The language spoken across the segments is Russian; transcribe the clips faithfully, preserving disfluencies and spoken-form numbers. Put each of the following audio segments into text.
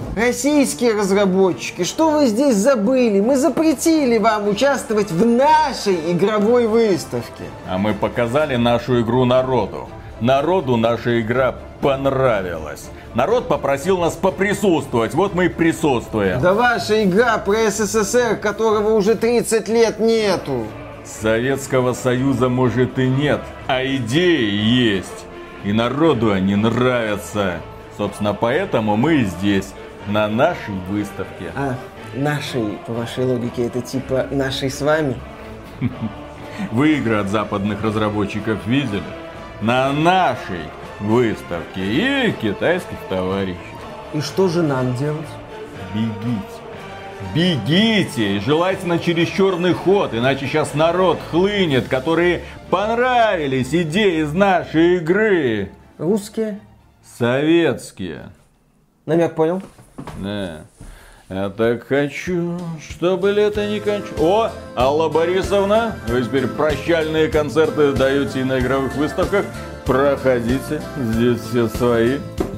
Российские разработчики, что вы здесь забыли? Мы запретили вам участвовать в нашей игровой выставке. А мы показали нашу игру народу. Народу наша игра понравилась. Народ попросил нас поприсутствовать, вот мы и присутствуем. Да ваша игра про СССР, которого уже тридцать лет нету. Советского Союза может и нет, а идеи есть. И народу они нравятся. Собственно, поэтому мы и здесь, на нашей выставке. А нашей, по вашей логике, это типа нашей с вами? Вы игры от западных разработчиков видели? На нашей выставке и китайских товарищей. И что же нам делать? Бегите. Бегите, и желательно через черный ход, иначе сейчас народ хлынет, которые понравились идеи из нашей игры. Русские? Советские. Намек понял? Да. Я так хочу, чтобы лето не кончилось. О, Алла Борисовна, вы теперь прощальные концерты даете и на игровых выставках. Проходите, здесь все свои.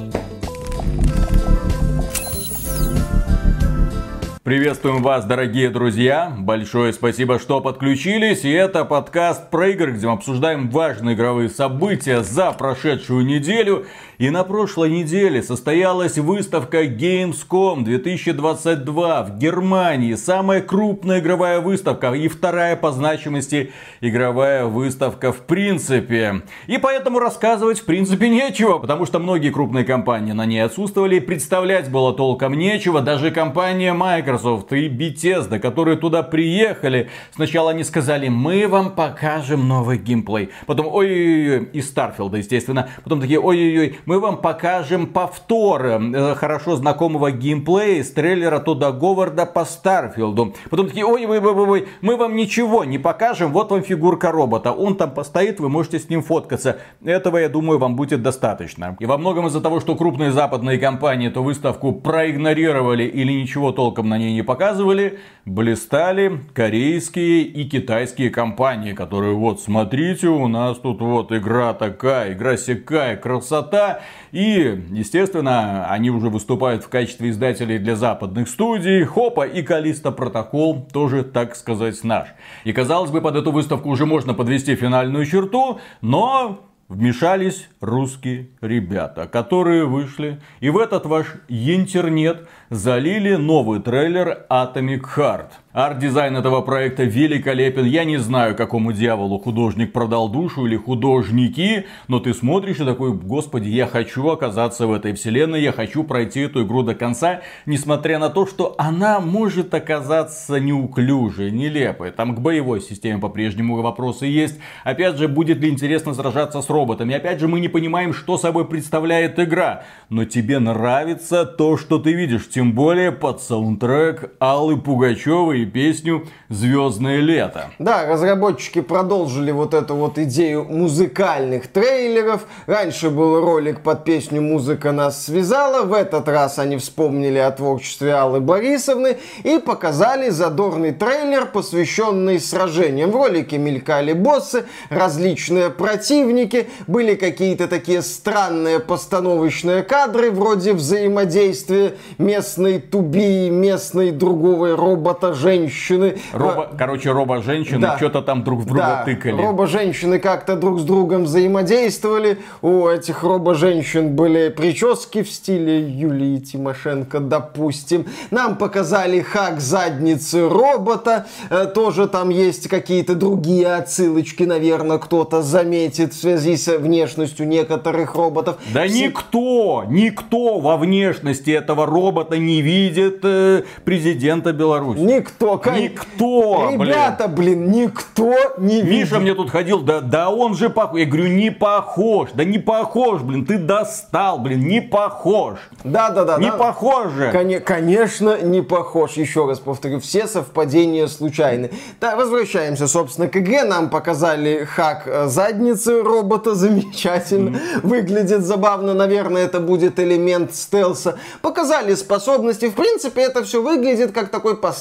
Приветствуем вас, дорогие друзья. Большое спасибо, что подключились. И это подкаст про игры, где мы обсуждаем важные игровые события за прошедшую неделю. И на прошлой неделе состоялась выставка Gamescom две тысячи двадцать два в Германии. Самая крупная игровая выставка и вторая по значимости игровая выставка в принципе. И поэтому рассказывать в принципе нечего, потому что многие крупные компании на ней отсутствовали. Представлять было толком нечего. Даже компания Microsoft и Bethesda, которые туда приехали, сначала они сказали: мы вам покажем новый геймплей. Потом ой-ой-ой, и Starfield, естественно. Потом такие: ой-ой-ой, мы вам покажем повтор э, хорошо знакомого геймплея с трейлера Тодда Говарда по Старфилду. Потом такие: ой-ой-ой, мы вам ничего не покажем, вот вам фигурка робота. Он там постоит, вы можете с ним фоткаться. Этого, я думаю, вам будет достаточно. И во многом из-за того, что крупные западные компании эту выставку проигнорировали или ничего толком на ней не показывали, блистали корейские и китайские компании, которые: вот смотрите, у нас тут вот игра такая, игра сякая, красота. И, естественно, они уже выступают в качестве издателей для западных студий. Хопа, и Callisto Protocol тоже, так сказать, наш. И, казалось бы, под эту выставку уже можно подвести финальную черту, но вмешались русские ребята, которые вышли и в этот ваш интернет залили новый трейлер Atomic Heart. Арт-дизайн этого проекта великолепен. Я не знаю, какому дьяволу художник продал душу или художники, но ты смотришь и такой: господи, я хочу оказаться в этой вселенной, я хочу пройти эту игру до конца, несмотря на то, что она может оказаться неуклюжей, нелепой. Там к боевой системе по-прежнему вопросы есть. Опять же, будет ли интересно сражаться с роботами? Опять же, мы не понимаем, что собой представляет игра. Но тебе нравится то, что ты видишь. Тем более под саундтрек Аллы Пугачевой и песню «Звездное лето». Да, разработчики продолжили вот эту вот идею музыкальных трейлеров. Раньше был ролик под песню «Музыка нас связала». В этот раз они вспомнили о творчестве Аллы Борисовны и показали задорный трейлер, посвященный сражениям. В ролике мелькали боссы, различные противники, были какие-то такие странные постановочные кадры, вроде взаимодействия местной туби, местной другого робота, женщины. Робо, короче, робо-женщины, да, что-то там друг в друга, да, тыкали. Робо-женщины как-то друг с другом взаимодействовали. У этих робо-женщин были прически в стиле Юлии Тимошенко, допустим. Нам показали хак задницы робота. Тоже там есть какие-то другие отсылочки, наверное, кто-то заметит в связи с внешностью некоторых роботов. Да Все... никто, никто во внешности этого робота не видит э, президента Беларуси. Никто, никто, ребята, блин, блин никто не видит. Миша мне тут ходил, да, да он же похож. Я говорю, не похож, да не похож, блин, ты достал, блин, не похож. Да, да, да. Не да. похож же. Кон- конечно, не похож. Еще раз повторю, все совпадения случайны. Да, возвращаемся, собственно, к игре. Нам показали хак задницы робота, замечательно. Mm-hmm. Выглядит забавно, наверное, это будет элемент стелса. Показали способности. В принципе, это все выглядит как такой последовательный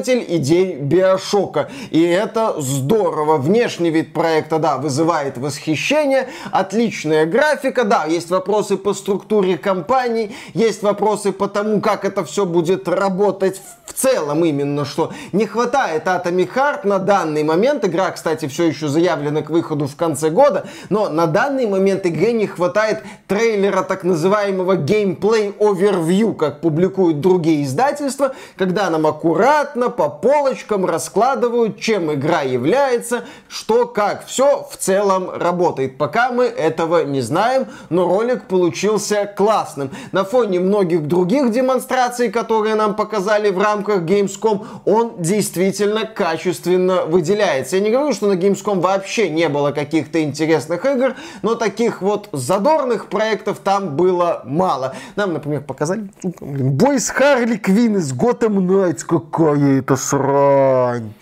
последователь идей Биошока. И это здорово. Внешний вид проекта, да, вызывает восхищение. Отличная графика, да, есть вопросы по структуре компании, есть вопросы по тому, как это все будет работать в целом именно, что не хватает Atomic Heart на данный момент. Игра, кстати, все еще заявлена к выходу в конце года, но на данный момент игре не хватает трейлера так называемого Gameplay Overview, как публикуют другие издательства, когда нам аккуратно по полочкам раскладывают, чем игра является, что, как, все в целом работает. Пока мы этого не знаем, но ролик получился классным. На фоне многих других демонстраций, которые нам показали в рамках Gamescom, он действительно качественно выделяется. Я не говорю, что на Gamescom вообще не было каких-то интересных игр, но таких вот задорных проектов там было мало. Нам, например, показали бой с Харли Квинн из Gotham Knights. Какая это срань!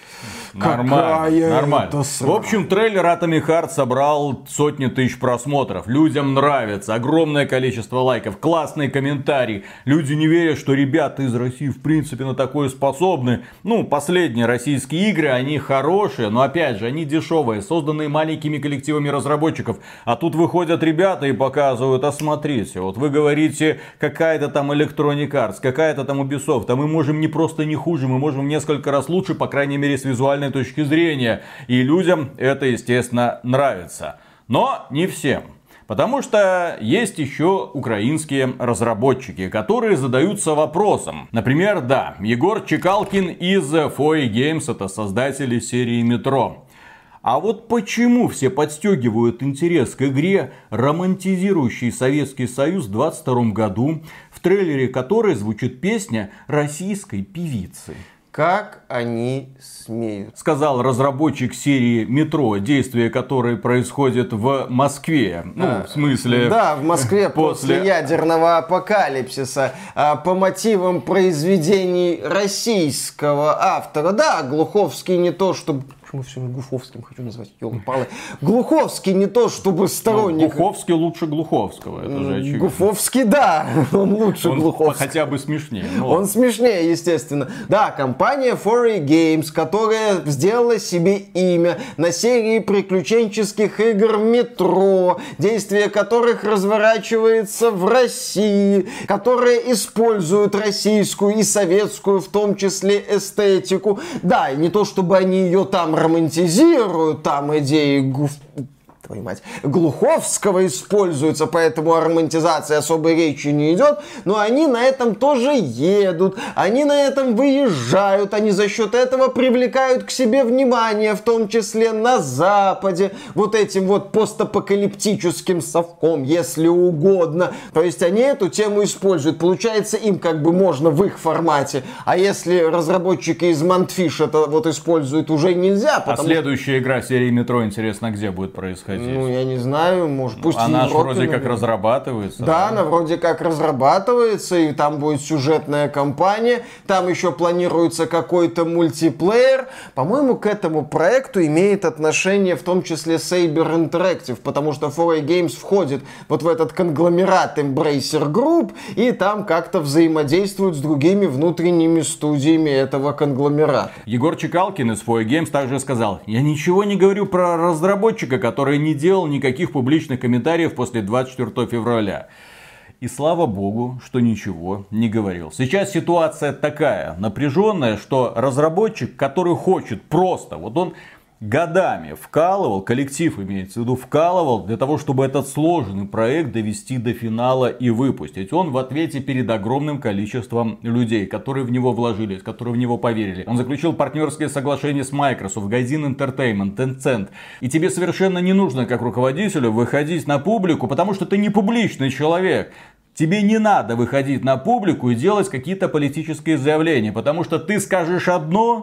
Нормально, нормально. В общем, трейлер Atomic Heart собрал сотни тысяч просмотров. Людям нравится, огромное количество лайков, классные комментарии. Люди не верят, что ребята из России в принципе на такое способны. Ну, последние российские игры, они хорошие, но опять же, они дешевые, созданные маленькими коллективами разработчиков. А тут выходят ребята и показывают: а смотрите, вот вы говорите, какая-то там Electronic Arts, какая-то там Ubisoft, а мы можем не просто не хуже, мы можем в несколько раз лучше, по крайней мере с визуальной точки зрения. И людям это, естественно, нравится. Но не всем. Потому что есть еще украинские разработчики, которые задаются вопросом. Например, да, Егор Чекалкин из Foe Games, это создатели серии Metro. А вот почему все подстегивают интерес к игре, романтизирующей Советский Союз в двадцать втором году, в трейлере которой звучит песня российской певицы? Как они смеют? Сказал разработчик серии Метро, действие которой происходит в Москве. Ну, а, в смысле... Да, в Москве после, после ядерного апокалипсиса. А, по мотивам произведений российского автора. Да, Глуховский не то, чтобы... Почему все Глуховским хочу назвать? Ёлы-палы. Глуховский не то, чтобы сторонник... Ну, Глуховский лучше Глуховского, это же очевидно. Глуховский, да, он лучше он Глуховского. Хотя бы смешнее. Ну, он смешнее, естественно. Да, компания Foe Games, которая сделала себе имя на серии приключенческих игр Метро, действие которых разворачивается в России, которая использует российскую и советскую, в том числе, эстетику. Да, не то, чтобы они ее там романтизируют, там идеи гуф... твою мать, Глуховского используются, поэтому о романтизации особой речи не идет, но они на этом тоже едут, они на этом выезжают, они за счет этого привлекают к себе внимание, в том числе на Западе, вот этим вот постапокалиптическим совком, если угодно. То есть они эту тему используют, получается, им как бы можно в их формате, а если разработчики из Montfish это вот используют, уже нельзя. Потому... А следующая игра серии Метро, интересно, где будет происходить? Ну, я не знаю, может, пусть она же вроде как разрабатывается. Да, да, она вроде как разрабатывается, и там будет сюжетная кампания, там еще планируется какой-то мультиплеер. По-моему, к этому проекту имеет отношение в том числе Saber Interactive, потому что Foe Games входит вот в этот конгломерат Embracer Group, и там как-то взаимодействуют с другими внутренними студиями этого конгломерата. Егор Чекалкин из Foe Games также сказал: я ничего не говорю про разработчика, который не делал никаких публичных комментариев после двадцать четвёртого февраля. И слава богу, что ничего не говорил. Сейчас ситуация такая напряженная, что разработчик, который хочет просто, вот он годами вкалывал, коллектив имеется в виду, вкалывал для того, чтобы этот сложный проект довести до финала и выпустить. Он в ответе перед огромным количеством людей, которые в него вложились, которые в него поверили. Он заключил партнерские соглашения с Microsoft, Gaijin Entertainment, Tencent. И тебе совершенно не нужно, как руководителю, выходить на публику, потому что ты не публичный человек. Тебе не надо выходить на публику и делать какие-то политические заявления, потому что ты скажешь одно,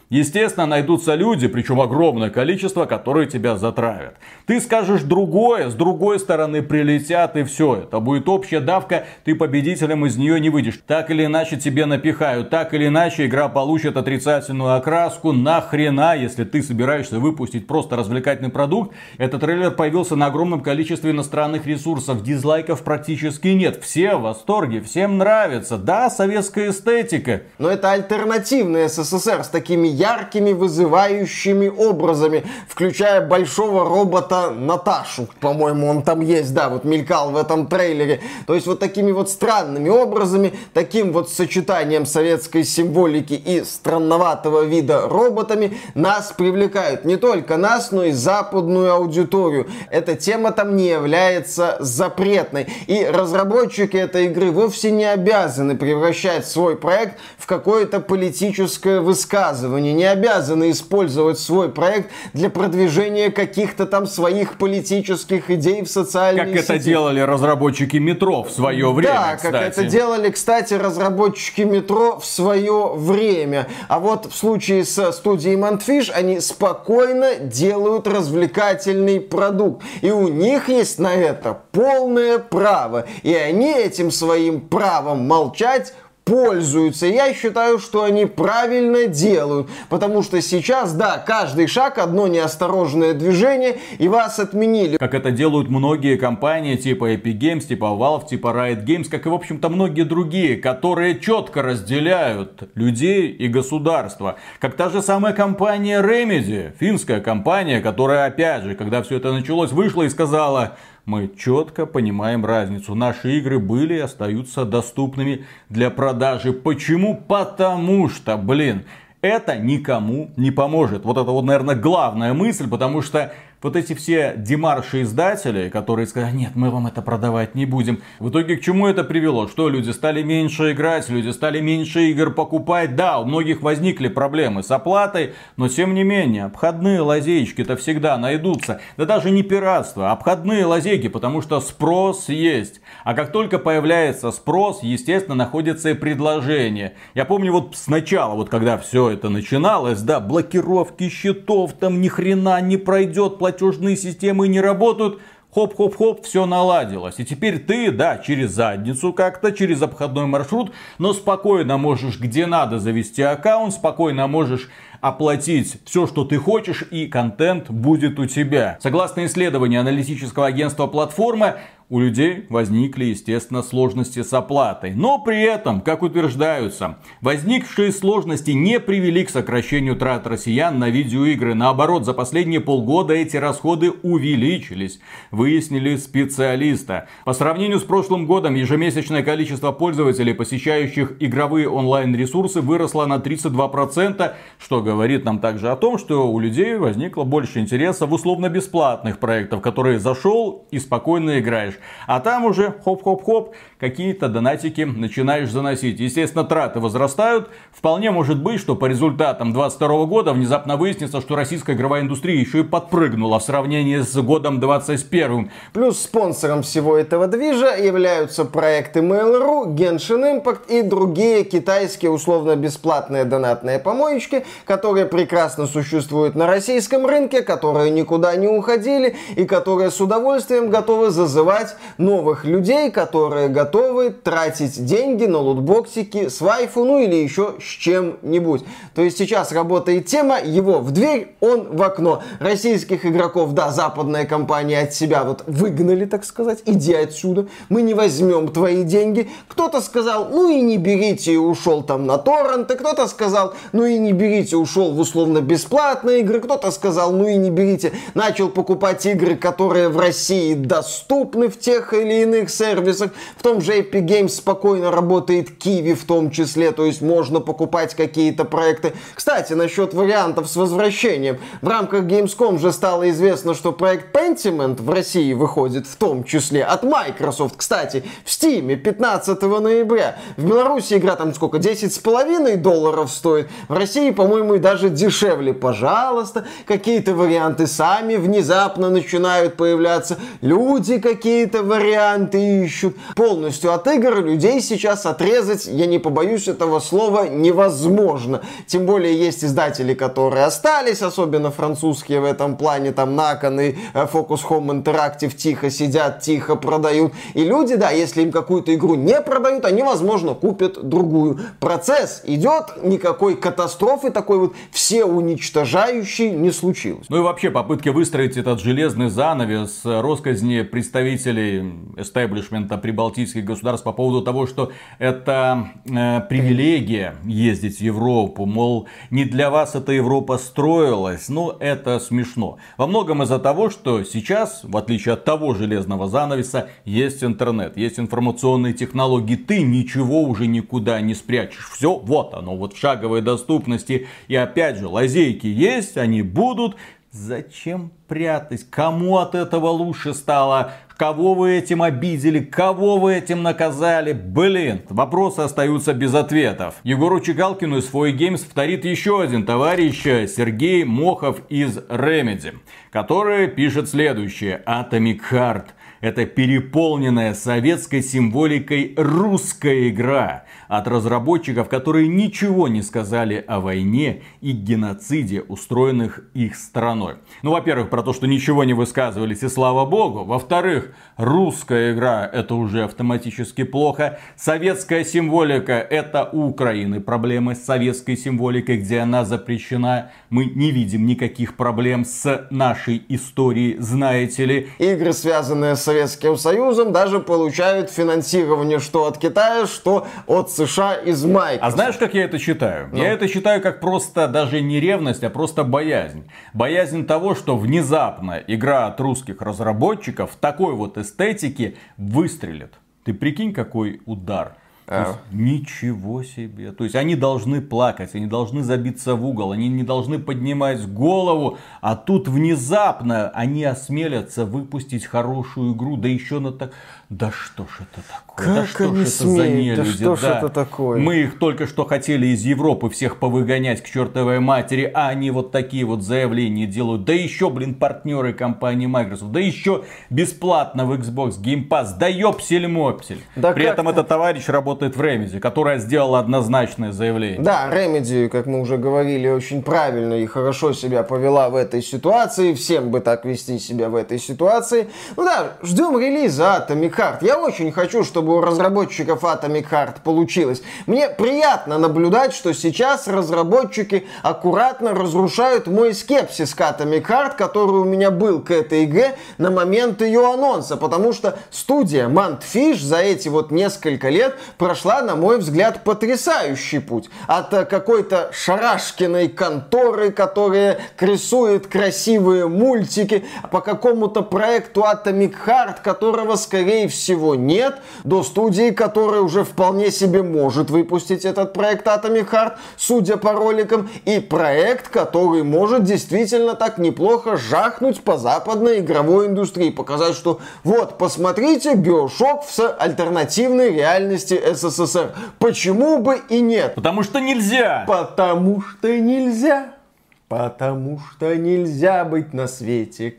естественно, найдутся люди, причем огромное количество, которые тебя затравят. Ты скажешь другое, с другой стороны прилетят, и все. Это будет общая давка, ты победителем из нее не выйдешь. Так или иначе тебе напихают, так или иначе игра получит отрицательную окраску. Нахрена, если ты собираешься выпустить просто развлекательный продукт. Этот трейлер появился на огромном количестве иностранных ресурсов, дизлайков практически нет. Все в восторге, всем нравится. Да, советская эстетика. Но это альтернативный СССР с такими яркими, вызывающими образами, включая большого робота Наташу, по-моему, он там есть, да, вот мелькал в этом трейлере. То есть вот такими вот странными образами, таким вот сочетанием советской символики и странноватого вида роботами нас привлекают. Не только нас, но и западную аудиторию. Эта тема там не является запретной. И разработчики этой игры вовсе не обязаны превращать свой проект в какое-то политическое высказывание, не обязаны использовать свой проект для продвижения каких-то там своих политических идей в социальной как сети. это делали разработчики Метро в свое время, Да, кстати. как это делали, кстати, разработчики Метро в свое время. А вот в случае со студией Montfish они спокойно делают развлекательный продукт. И у них есть на это полное право. И они этим своим правом молчать пользуются. Я считаю, что они правильно делают. Потому что сейчас, да, каждый шаг, одно неосторожное движение, и вас отменили. Как это делают многие компании типа Epic Games, типа Valve, типа Riot Games, как и, в общем-то, многие другие, которые четко разделяют людей и государство. Как та же самая компания Remedy, финская компания, которая, опять же, когда все это началось, вышла и сказала: мы четко понимаем разницу. Наши игры были и остаются доступными для продажи. Почему? Потому что, блин, это никому не поможет. Вот это вот, наверное, главная мысль, потому что вот эти все демарши издателей, которые сказали: нет, мы вам это продавать не будем. В итоге к чему это привело? Что люди стали меньше играть, люди стали меньше игр покупать. Да, у многих возникли проблемы с оплатой, но тем не менее, обходные лазейки-то всегда найдутся. Да даже не пиратство, а обходные лазейки, потому что спрос есть. А как только появляется спрос, естественно, находится и предложение. Я помню вот сначала, вот когда все это начиналось, да, блокировки счетов, там ни хрена не пройдет, платежные системы не работают. Хоп-хоп-хоп, все наладилось. И теперь ты, да, через задницу как-то, через обходной маршрут, но спокойно можешь где надо завести аккаунт, спокойно можешь оплатить все, что ты хочешь, и контент будет у тебя. Согласно исследованию аналитического агентства «Платформа», у людей возникли, естественно, сложности с оплатой. Но при этом, как утверждаются, возникшие сложности не привели к сокращению трат россиян на видеоигры. Наоборот, за последние полгода эти расходы увеличились, выяснили специалисты. По сравнению с прошлым годом, ежемесячное количество пользователей, посещающих игровые онлайн-ресурсы, выросло на тридцать два процента, что говорит нам также о том, что у людей возникло больше интереса в условно-бесплатных проектах, в которые зашел и спокойно играешь. А там уже хоп-хоп-хоп, какие-то донатики начинаешь заносить. Естественно, траты возрастают. Вполне может быть, что по результатам двадцать второго года внезапно выяснится, что российская игровая индустрия еще и подпрыгнула в сравнении с годом двадцать первым. Плюс спонсором всего этого движа являются проекты Mail.ru, Genshin Impact и другие китайские условно-бесплатные донатные помоечки, которые прекрасно существуют на российском рынке, которые никуда не уходили и которые с удовольствием готовы зазывать новых людей, которые готовы тратить деньги на лутбоксики с вайфу, ну или еще с чем-нибудь. То есть сейчас работает тема: его в дверь, он в окно. Российских игроков, да, западная компания от себя вот выгнали, так сказать: иди отсюда, мы не возьмем твои деньги. Кто-то сказал: ну и не берите, и ушел там на торренты. Кто-то сказал: ну и не берите, ушел в условно-бесплатные игры. Кто-то сказал: ну и не берите, начал покупать игры, которые в России доступны в тех или иных сервисах. В том же Epic Games спокойно работает Kiwi в том числе, то есть можно покупать какие-то проекты. Кстати, насчет вариантов с возвращением. В рамках Gamescom же стало известно, что проект Pentiment в России выходит в том числе от Microsoft. Кстати, в Steam пятнадцатого ноября. В Беларуси игра там сколько? десять с половиной долларов стоит. В России, по-моему, и даже дешевле. Пожалуйста, какие-то варианты сами внезапно начинают появляться. Люди какие-то варианты ищут. Полностью от игр людей сейчас отрезать, я не побоюсь этого слова, невозможно. Тем более есть издатели, которые остались, особенно французские в этом плане, там Након и Focus Home Interactive тихо сидят, тихо продают. И люди, да, если им какую-то игру не продают, они, возможно, купят другую. Процесс идет, никакой катастрофы такой вот всеуничтожающей не случилось. Ну и вообще попытки выстроить этот железный занавес, росказни представителей эстеблишмента прибалтийских государств по поводу того, что это э, привилегия ездить в Европу, мол, не для вас эта Европа строилась, ну это смешно. Во многом из-за того, что сейчас, в отличие от того железного занавеса, есть интернет, есть информационные технологии, ты ничего уже никуда не спрячешь. Все, вот оно, вот в шаговой доступности. И опять же, лазейки есть, они будут. Зачем прятать? Кому от этого лучше стало? Кого вы этим обидели? Кого вы этим наказали? Блин, вопросы остаются без ответов. Егору Чекалкину из фо и Games вторит еще один товарищ, Сергей Мохов из Remedy, который пишет следующее. Atomic Heart — это переполненная советской символикой русская игра от разработчиков, которые ничего не сказали о войне и геноциде, устроенных их страной. Ну, во-первых, про то, что ничего не высказывались, и слава богу. Во-вторых, русская игра — это уже автоматически плохо. Советская символика — это у Украины проблемы с советской символикой, где она запрещена. Мы не видим никаких проблем с нашей историей, знаете ли. Игры, связанные с Советским Союзом, даже получают финансирование что от Китая, что от США из Microsoft. А знаешь, как я это читаю? Ну. Я это читаю как просто даже не ревность, а просто боязнь. Боязнь того, что внезапно игра от русских разработчиков в такой вот эстетике выстрелит. Ты прикинь, какой удар. То есть, ничего себе. То есть они должны плакать, они должны забиться в угол, они не должны поднимать голову. А тут внезапно они осмелятся выпустить хорошую игру. Да еще на так... Да что ж это такое? Как да что они ж это смеют? за нелюди? Да что ж да. это такое? Мы их только что хотели из Европы всех повыгонять к чертовой матери, а они вот такие вот заявления делают. Да еще, блин, партнеры компании Microsoft. Да еще бесплатно в Xbox Game Pass. Да ёпсель-мопсель. Да При этом это... этот товарищ работает в Remedy, которая сделала однозначное заявление. Да, Remedy, как мы уже говорили, очень правильно и хорошо себя повела в этой ситуации. Всем бы так вести себя в этой ситуации. Ну да, ждем релиза Atomic Heart. Я очень хочу, чтобы у разработчиков Atomic Heart получилось. Мне приятно наблюдать, что сейчас разработчики аккуратно разрушают мой скепсис к Atomic Heart, который у меня был к этой игре на момент ее анонса. Потому что студия Mantfish за эти вот несколько лет прошла, на мой взгляд, потрясающий путь. От какой-то шарашкиной конторы, которая рисует красивые мультики, по какому-то проекту Atomic Heart, которого, скорее всего, нет, до студии, которая уже вполне себе может выпустить этот проект Atomic Heart, судя по роликам, и проект, который может действительно так неплохо жахнуть по западной игровой индустрии, показать, что вот, посмотрите, BioShock в альтернативной реальности СССР. Почему бы и нет? Потому что нельзя! Потому что нельзя! Потому что нельзя быть на свете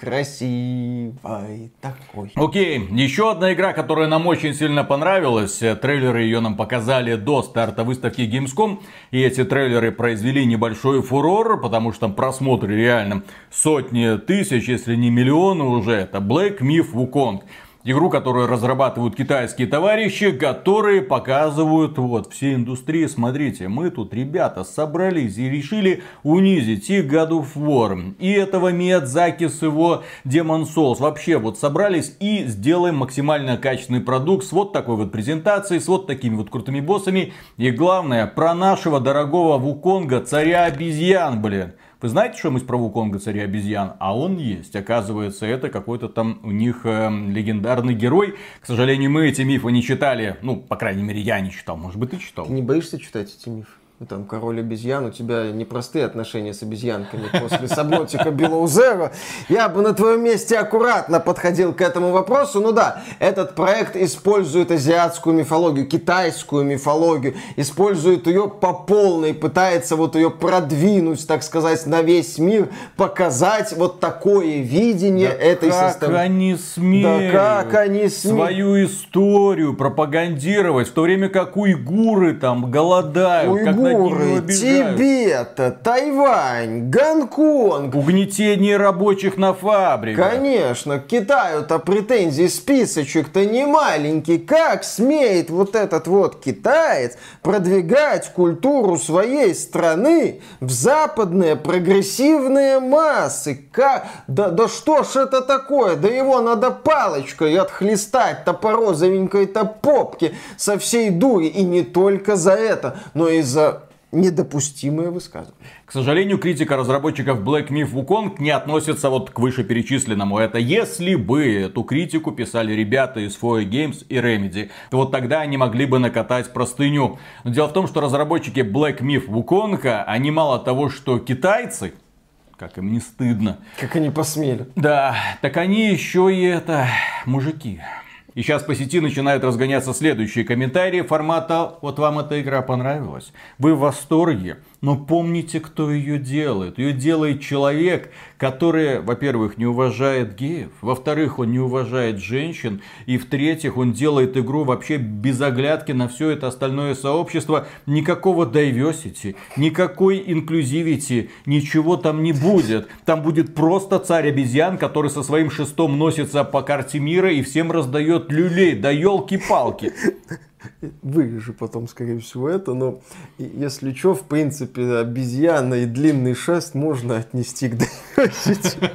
красивой такой. Окей, еще одна игра, которая нам очень сильно понравилась. Трейлеры ее нам показали до старта выставки Gamescom. И эти трейлеры произвели небольшой фурор, потому что там просмотры реально сотни тысяч, если не миллионы уже. Это Black Myth Wukong. Игру, которую разрабатывают китайские товарищи, которые показывают вот всей индустрии. Смотрите, мы тут, ребята, собрались и решили унизить и God of War, и этого Миядзаки с его Demon Souls. Вообще вот собрались и сделаем максимально качественный продукт с вот такой вот презентацией, с вот такими вот крутыми боссами. И главное, про нашего дорогого Вуконга, царя обезьян, блин. Вы знаете что-нибудь про Вуконга, царя обезьян? А он есть. Оказывается, это какой-то там у них э, легендарный герой. К сожалению, мы эти мифы не читали. Ну, по крайней мере, я не читал. Может быть, ты читал? Ты не боишься читать эти мифы? Там король обезьян, у тебя непростые отношения с обезьянками после Subnautica Below Zero. Я бы на твоем месте аккуратно подходил к этому вопросу. Ну да, этот проект использует азиатскую мифологию, китайскую мифологию, использует ее по полной, пытается вот ее продвинуть, так сказать, на весь мир, показать вот такое видение да этой как составы. они смеют Да как они смеют свою историю пропагандировать, в то время как уйгуры там голодают, Уйгуры, как над ними обижают. Тибет, Тайвань, Гонконг. Угнетение рабочих на фабриках. Конечно, к Китаю-то претензий списочек-то не маленький. Как смеет вот этот вот китаец продвигать культуру своей страны в западные прогрессивные массы? Как? Да, да что ж это такое? Да его надо палочкой отхлестать-то по розовенькой-то попке со всей дури. И не только за это, но и за недопустимое высказывание. К сожалению, критика разработчиков Black Myth Wukong не относится вот к вышеперечисленному. Это если бы эту критику писали ребята из фо эй Games и Remedy, то вот тогда они могли бы накатать простыню. Но дело в том, что разработчики Black Myth Wukong, они мало того, что китайцы, как им не стыдно. Как они посмели. Да, так они еще и это мужики. И сейчас по сети начинают разгоняться следующие комментарии формата «Вот вам эта игра понравилась? Вы в восторге? Но помните, кто ее делает. Ее делает человек, который, во-первых, не уважает геев, во-вторых, он не уважает женщин, и в-третьих, он делает игру вообще без оглядки на все это остальное сообщество. Никакого diversity, никакой инклюзивити, ничего там не будет. Там будет просто царь обезьян, который со своим шестом носится по карте мира и всем раздает люлей. Да елки-палки. Вырежу потом, скорее всего, это, но если что, в принципе, обезьяна и длинный шест можно отнести к diversity.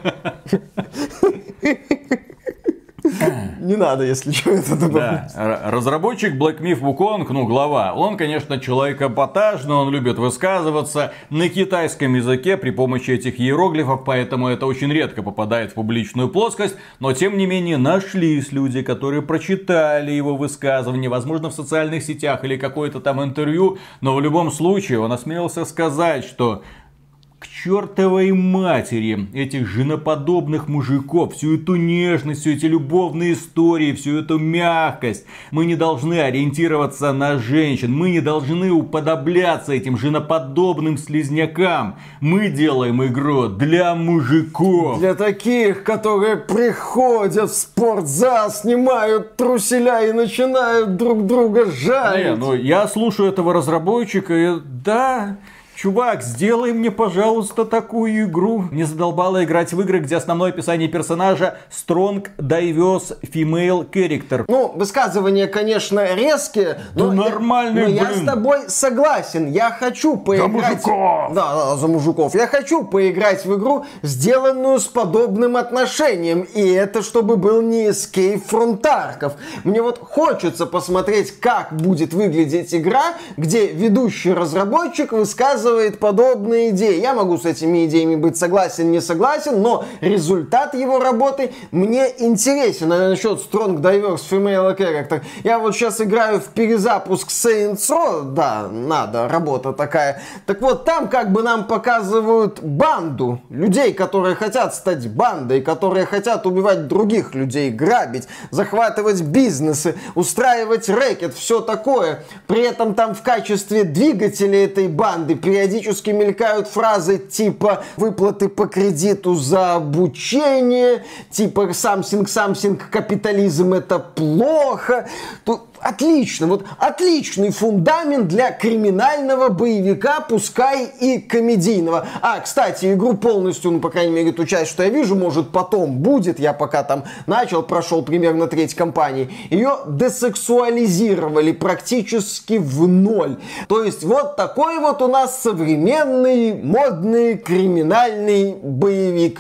Не надо, если что, это добавлять. Да. Разработчик Black Myth Wukong, ну, глава, он, конечно, человек эпатажный, он любит высказываться на китайском языке при помощи этих иероглифов, поэтому это очень редко попадает в публичную плоскость, но, тем не менее, нашлись люди, которые прочитали его высказывания, возможно, в социальных сетях или какое-то там интервью, но в любом случае он осмелился сказать, что к чертовой матери этих женоподобных мужиков, всю эту нежность, всю эти любовные истории, всю эту мягкость. Мы не должны ориентироваться на женщин, мы не должны уподобляться этим женоподобным слизнякам. Мы делаем игру для мужиков. Для таких, которые приходят в спортзал, снимают труселя и начинают друг друга жалить. Не, ну я слушаю этого разработчика и да... Чувак, сделай мне, пожалуйста, такую игру. Мне задолбало играть в игры, где основное описание персонажа Strong, Diverse, Female Character. Ну, высказывания, конечно, резкие, но, да я, нормальные, но я блин. с тобой согласен. Я хочу поиграть... За мужиков! Да, да, за мужиков. Я хочу поиграть в игру, сделанную с подобным отношением. И это чтобы был не Escape from Tarkov. Мне вот хочется посмотреть, как будет выглядеть игра, где ведущий разработчик высказывает подобные идеи. Я могу с этими идеями быть согласен, не согласен, но результат его работы мне интересен. А насчет Strong, Diverse, Female Character. Я вот сейчас играю в перезапуск Saints Row. Да, надо, работа такая. Так вот, там как бы нам показывают банду людей, которые хотят стать бандой, которые хотят убивать других людей, грабить, захватывать бизнесы, устраивать рэкет, все такое. При этом там в качестве двигателя этой банды периодически мелькают фразы типа выплаты по кредиту за обучение, типа something, something, капитализм это плохо. Тут отлично, вот отличный фундамент для криминального боевика, пускай и комедийного. А, кстати, игру полностью, ну, по крайней мере, ту часть, что я вижу, может, потом будет, я пока там начал, прошел примерно треть кампании, ее десексуализировали практически в ноль. То есть, вот такой вот у нас современный, модный, криминальный боевик.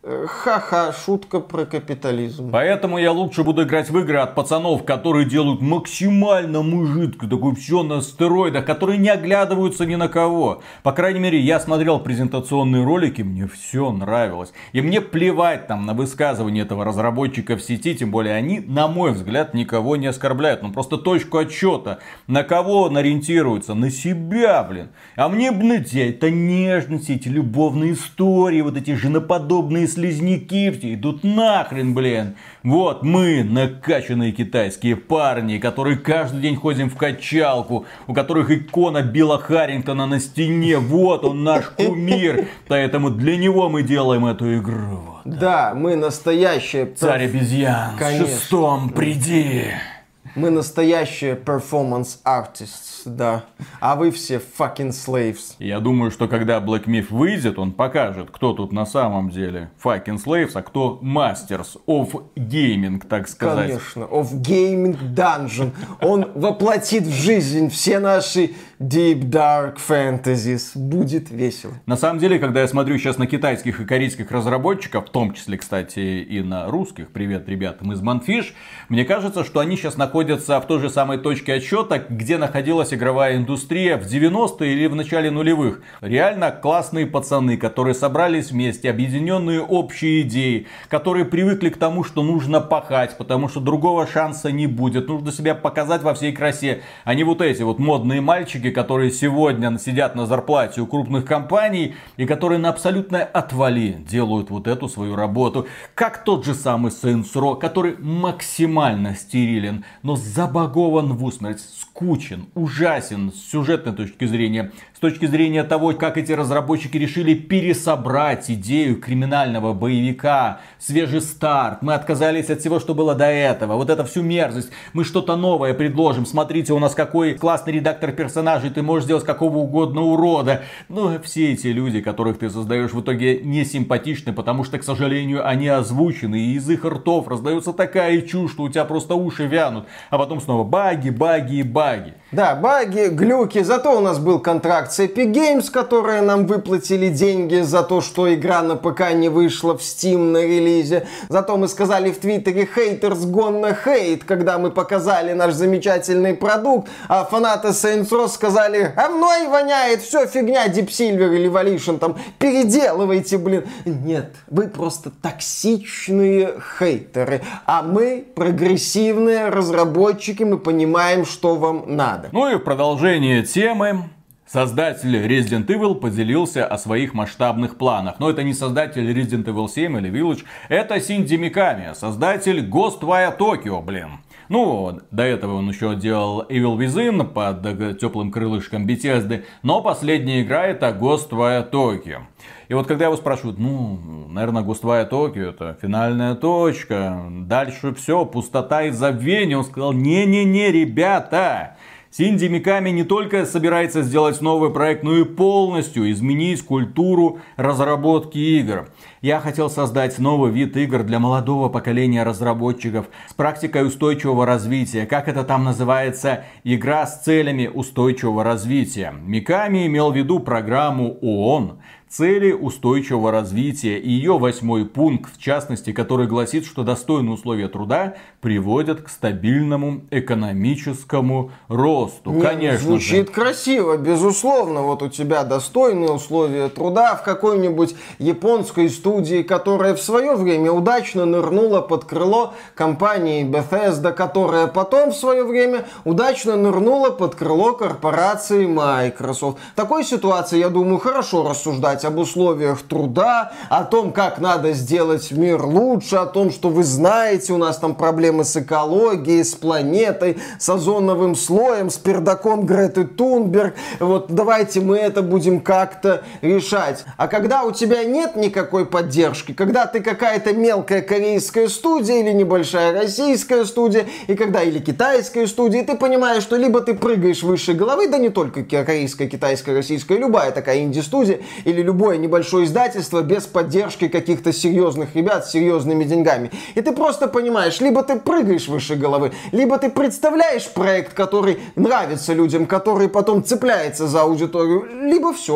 Ха-ха, шутка про капитализм. Поэтому я лучше буду играть в игры от пацанов, которые делают максимально мужицко, такое все на стероидах, которые не оглядываются ни на кого. По крайней мере, я смотрел презентационные ролики, мне все нравилось. И мне плевать там на высказывание этого разработчика в сети, тем более они, на мой взгляд, никого не оскорбляют. Ну просто точку отсчета. На кого он ориентируется? На себя, блин. А мне, блин, это нежности, эти любовные истории, вот эти женоподобные слизняки все идут нахрен, блин. Вот мы, накачанные китайские парни, которые каждый день ходим в качалку, у которых икона Билла Харрингтона на стене. Вот он наш кумир. Поэтому для него мы делаем эту игру. Да, мы настоящие... Царь обезьян, в шестом приди. Мы настоящие performance artists, да. А вы все fucking slaves. Я думаю, что когда Black Myth выйдет, он покажет, кто тут на самом деле fucking slaves, а кто masters of gaming, так сказать. Конечно, of gaming dungeon. Он воплотит в жизнь все наши deep dark fantasies. Будет весело. На самом деле, когда я смотрю сейчас на китайских и корейских разработчиков, в том числе, кстати, и на русских, привет ребятам из Manfish, мне кажется, что они сейчас находятся в той же самой точке отсчета, где находилась игровая индустрия в девяностые или в начале нулевых. Реально классные пацаны, которые собрались вместе, объединенные общей идеей, которые привыкли к тому, что нужно пахать, потому что другого шанса не будет. Нужно себя показать во всей красе. А не вот эти вот модные мальчики, которые сегодня сидят на зарплате у крупных компаний и которые на абсолютное отвали делают вот эту свою работу. Как тот же самый Saints Row, который максимально стерилен, но забагован в усмерть, скучен, ужасен с сюжетной точки зрения. С точки зрения того, как эти разработчики решили пересобрать идею криминального боевика, свежий старт. Мы отказались от всего, что было до этого. Вот это всю мерзость. Мы что-то новое предложим. Смотрите, у нас какой классный редактор персонажей. Ты можешь сделать какого угодно урода. Но все эти люди, которых ты создаешь, в итоге не симпатичны, потому что, к сожалению, они озвучены. И из их ртов раздается такая чушь, что у тебя просто уши вянут. А потом снова баги, баги и баги. Да, баги, глюки. Зато у нас был контракт с Epic Games, которые нам выплатили деньги за то, что игра на ПК не вышла в Steam на релизе. Зато мы сказали в Твиттере haters gonna hate, когда мы показали наш замечательный продукт, а фанаты Saints Row сказали: а мной воняет, все фигня, Deep Silver или Volition, там, переделывайте, блин. Нет, вы просто токсичные хейтеры, а мы прогрессивные разработчики, мы понимаем, что вам надо. Ну и в продолжение темы. Создатель Resident Evil поделился о своих масштабных планах. Но это не создатель Resident Evil семь или Village, это Синдзи Миками, создатель Ghostwire Tokyo, блин. Ну, до этого он еще делал Evil Within под теплым крылышком Bethesda, но последняя игра это Ghostwire Tokyo. И вот когда его спрашивают, ну, наверное, Ghostwire Tokyo это финальная точка, дальше все, пустота и забвение, он сказал: не-не-не, ребята, Синдзи Миками не только собирается сделать новый проект, но и полностью изменить культуру разработки игр. Я хотел создать новый вид игр для молодого поколения разработчиков с практикой устойчивого развития. Как это там называется? Игра с целями устойчивого развития. Миками имел в виду программу ООН. Цели устойчивого развития и ее восьмой пункт, в частности, который гласит, что достойные условия труда приводят к стабильному экономическому росту. Не, Конечно звучит же. красиво, безусловно. Вот у тебя достойные условия труда в какой-нибудь японской студии, которая в свое время удачно нырнула под крыло компании Bethesda, которая потом в свое время удачно нырнула под крыло корпорации Microsoft. В такой ситуации, я думаю, хорошо рассуждать об условиях труда, о том, как надо сделать мир лучше, о том, что вы знаете, у нас там проблемы с экологией, с планетой, с озоновым слоем, с пердаком Греты Тунберг. Вот давайте мы это будем как-то решать. А когда у тебя нет никакой поддержки, когда ты какая-то мелкая корейская студия или небольшая российская студия, и когда или китайская студия, и ты понимаешь, что либо ты прыгаешь выше головы, да не только корейская, китайская, российская, любая такая инди-студия, или любое небольшое издательство без поддержки каких-то серьезных ребят с серьезными деньгами. И ты просто понимаешь, либо ты прыгаешь выше головы, либо ты представляешь проект, который нравится людям, который потом цепляется за аудиторию, либо все.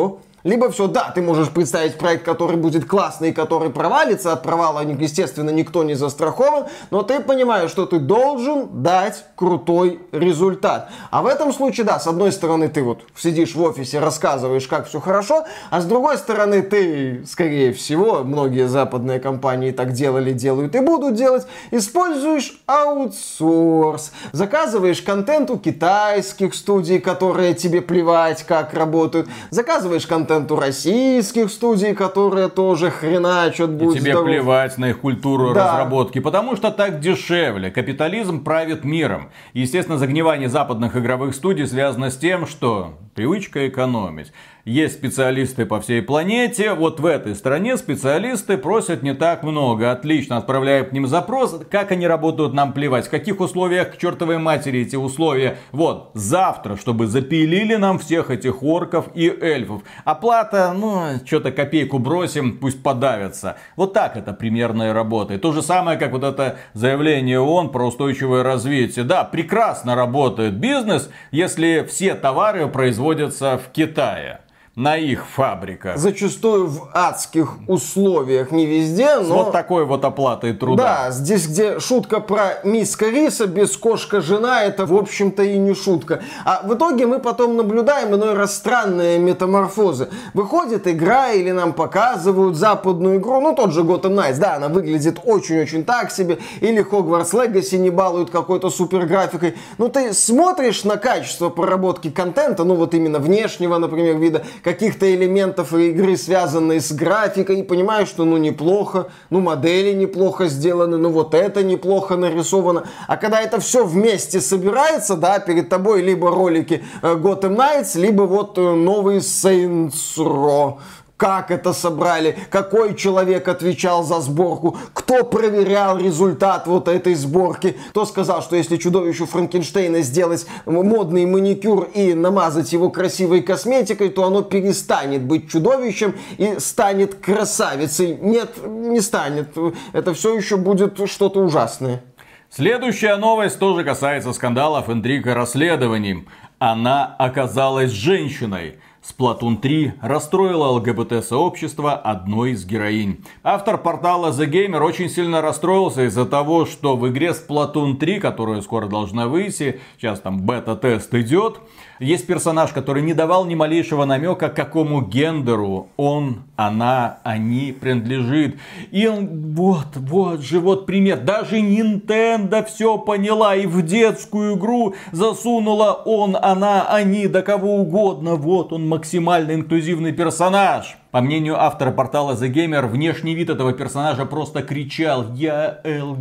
Либо все, да, ты можешь представить проект, который будет классный, который провалится, от провала, естественно, никто не застрахован, но ты понимаешь, что ты должен дать крутой результат. А в этом случае, да, с одной стороны, ты вот сидишь в офисе, рассказываешь, как все хорошо, а с другой стороны, ты, скорее всего, многие западные компании так делали, делают и будут делать, используешь аутсорс. Заказываешь контент у китайских студий, которые тебе плевать, как работают. Заказываешь контент у российских студий, которые тоже хреначат, будь и тебе здоров. плевать на их культуру Да. разработки, потому что так дешевле. Капитализм правит миром. Естественно, загнивание западных игровых студий связано с тем, что привычка экономить. Есть специалисты по всей планете, вот в этой стране специалисты просят не так много. Отлично, отправляю к ним запрос, как они работают, нам плевать. В каких условиях, к чертовой матери, эти условия. Вот, завтра, чтобы запилили нам всех этих орков и эльфов. Оплата, ну, что-то копейку бросим, пусть подавятся. Вот так это примерно и работает. То же самое, как вот это заявление ООН про устойчивое развитие. Да, прекрасно работает бизнес, если все товары производятся в Китае. На их фабриках. Зачастую в адских условиях, не везде, но... С вот такой вот оплатой труда. Да, здесь где шутка про миска риса без кошка-жена, это в общем-то и не шутка. А в итоге мы потом наблюдаем иной раз странные метаморфозы. Выходит игра или нам показывают западную игру, ну тот же Gotham Knights, да, она выглядит очень-очень так себе, или Hogwarts Legacy не балуют какой-то супер графикой. Ну ты смотришь на качество проработки контента, ну вот именно внешнего, например, вида, каких-то элементов игры, связанные с графикой, и понимаешь, что ну неплохо, ну модели неплохо сделаны, ну вот это неплохо нарисовано. А когда это все вместе собирается, да, перед тобой либо ролики Gotham Knights, либо вот новый Saints Row. Как это собрали, какой человек отвечал за сборку, кто проверял результат вот этой сборки, кто сказал, что если чудовищу Франкенштейна сделать модный маникюр и намазать его красивой косметикой, то оно перестанет быть чудовищем и станет красавицей. Нет, не станет. Это все еще будет что-то ужасное. Следующая новость тоже касается скандалов, интриг и расследований. Она оказалась женщиной. Splatoon три расстроила ЛГБТ-сообщество одной из героинь. Автор портала The Gamer очень сильно расстроился из-за того, что в игре Splatoon три, которая скоро должна выйти, сейчас там бета-тест идет, есть персонаж, который не давал ни малейшего намека, к какому гендеру он, она, они принадлежит. И он, вот, вот же вот пример. Даже Nintendo все поняла и в детскую игру засунула он, она, они, да кого угодно. Вот он, максимально инклюзивный персонаж. По мнению автора портала The Gamer, внешний вид этого персонажа просто кричал «Я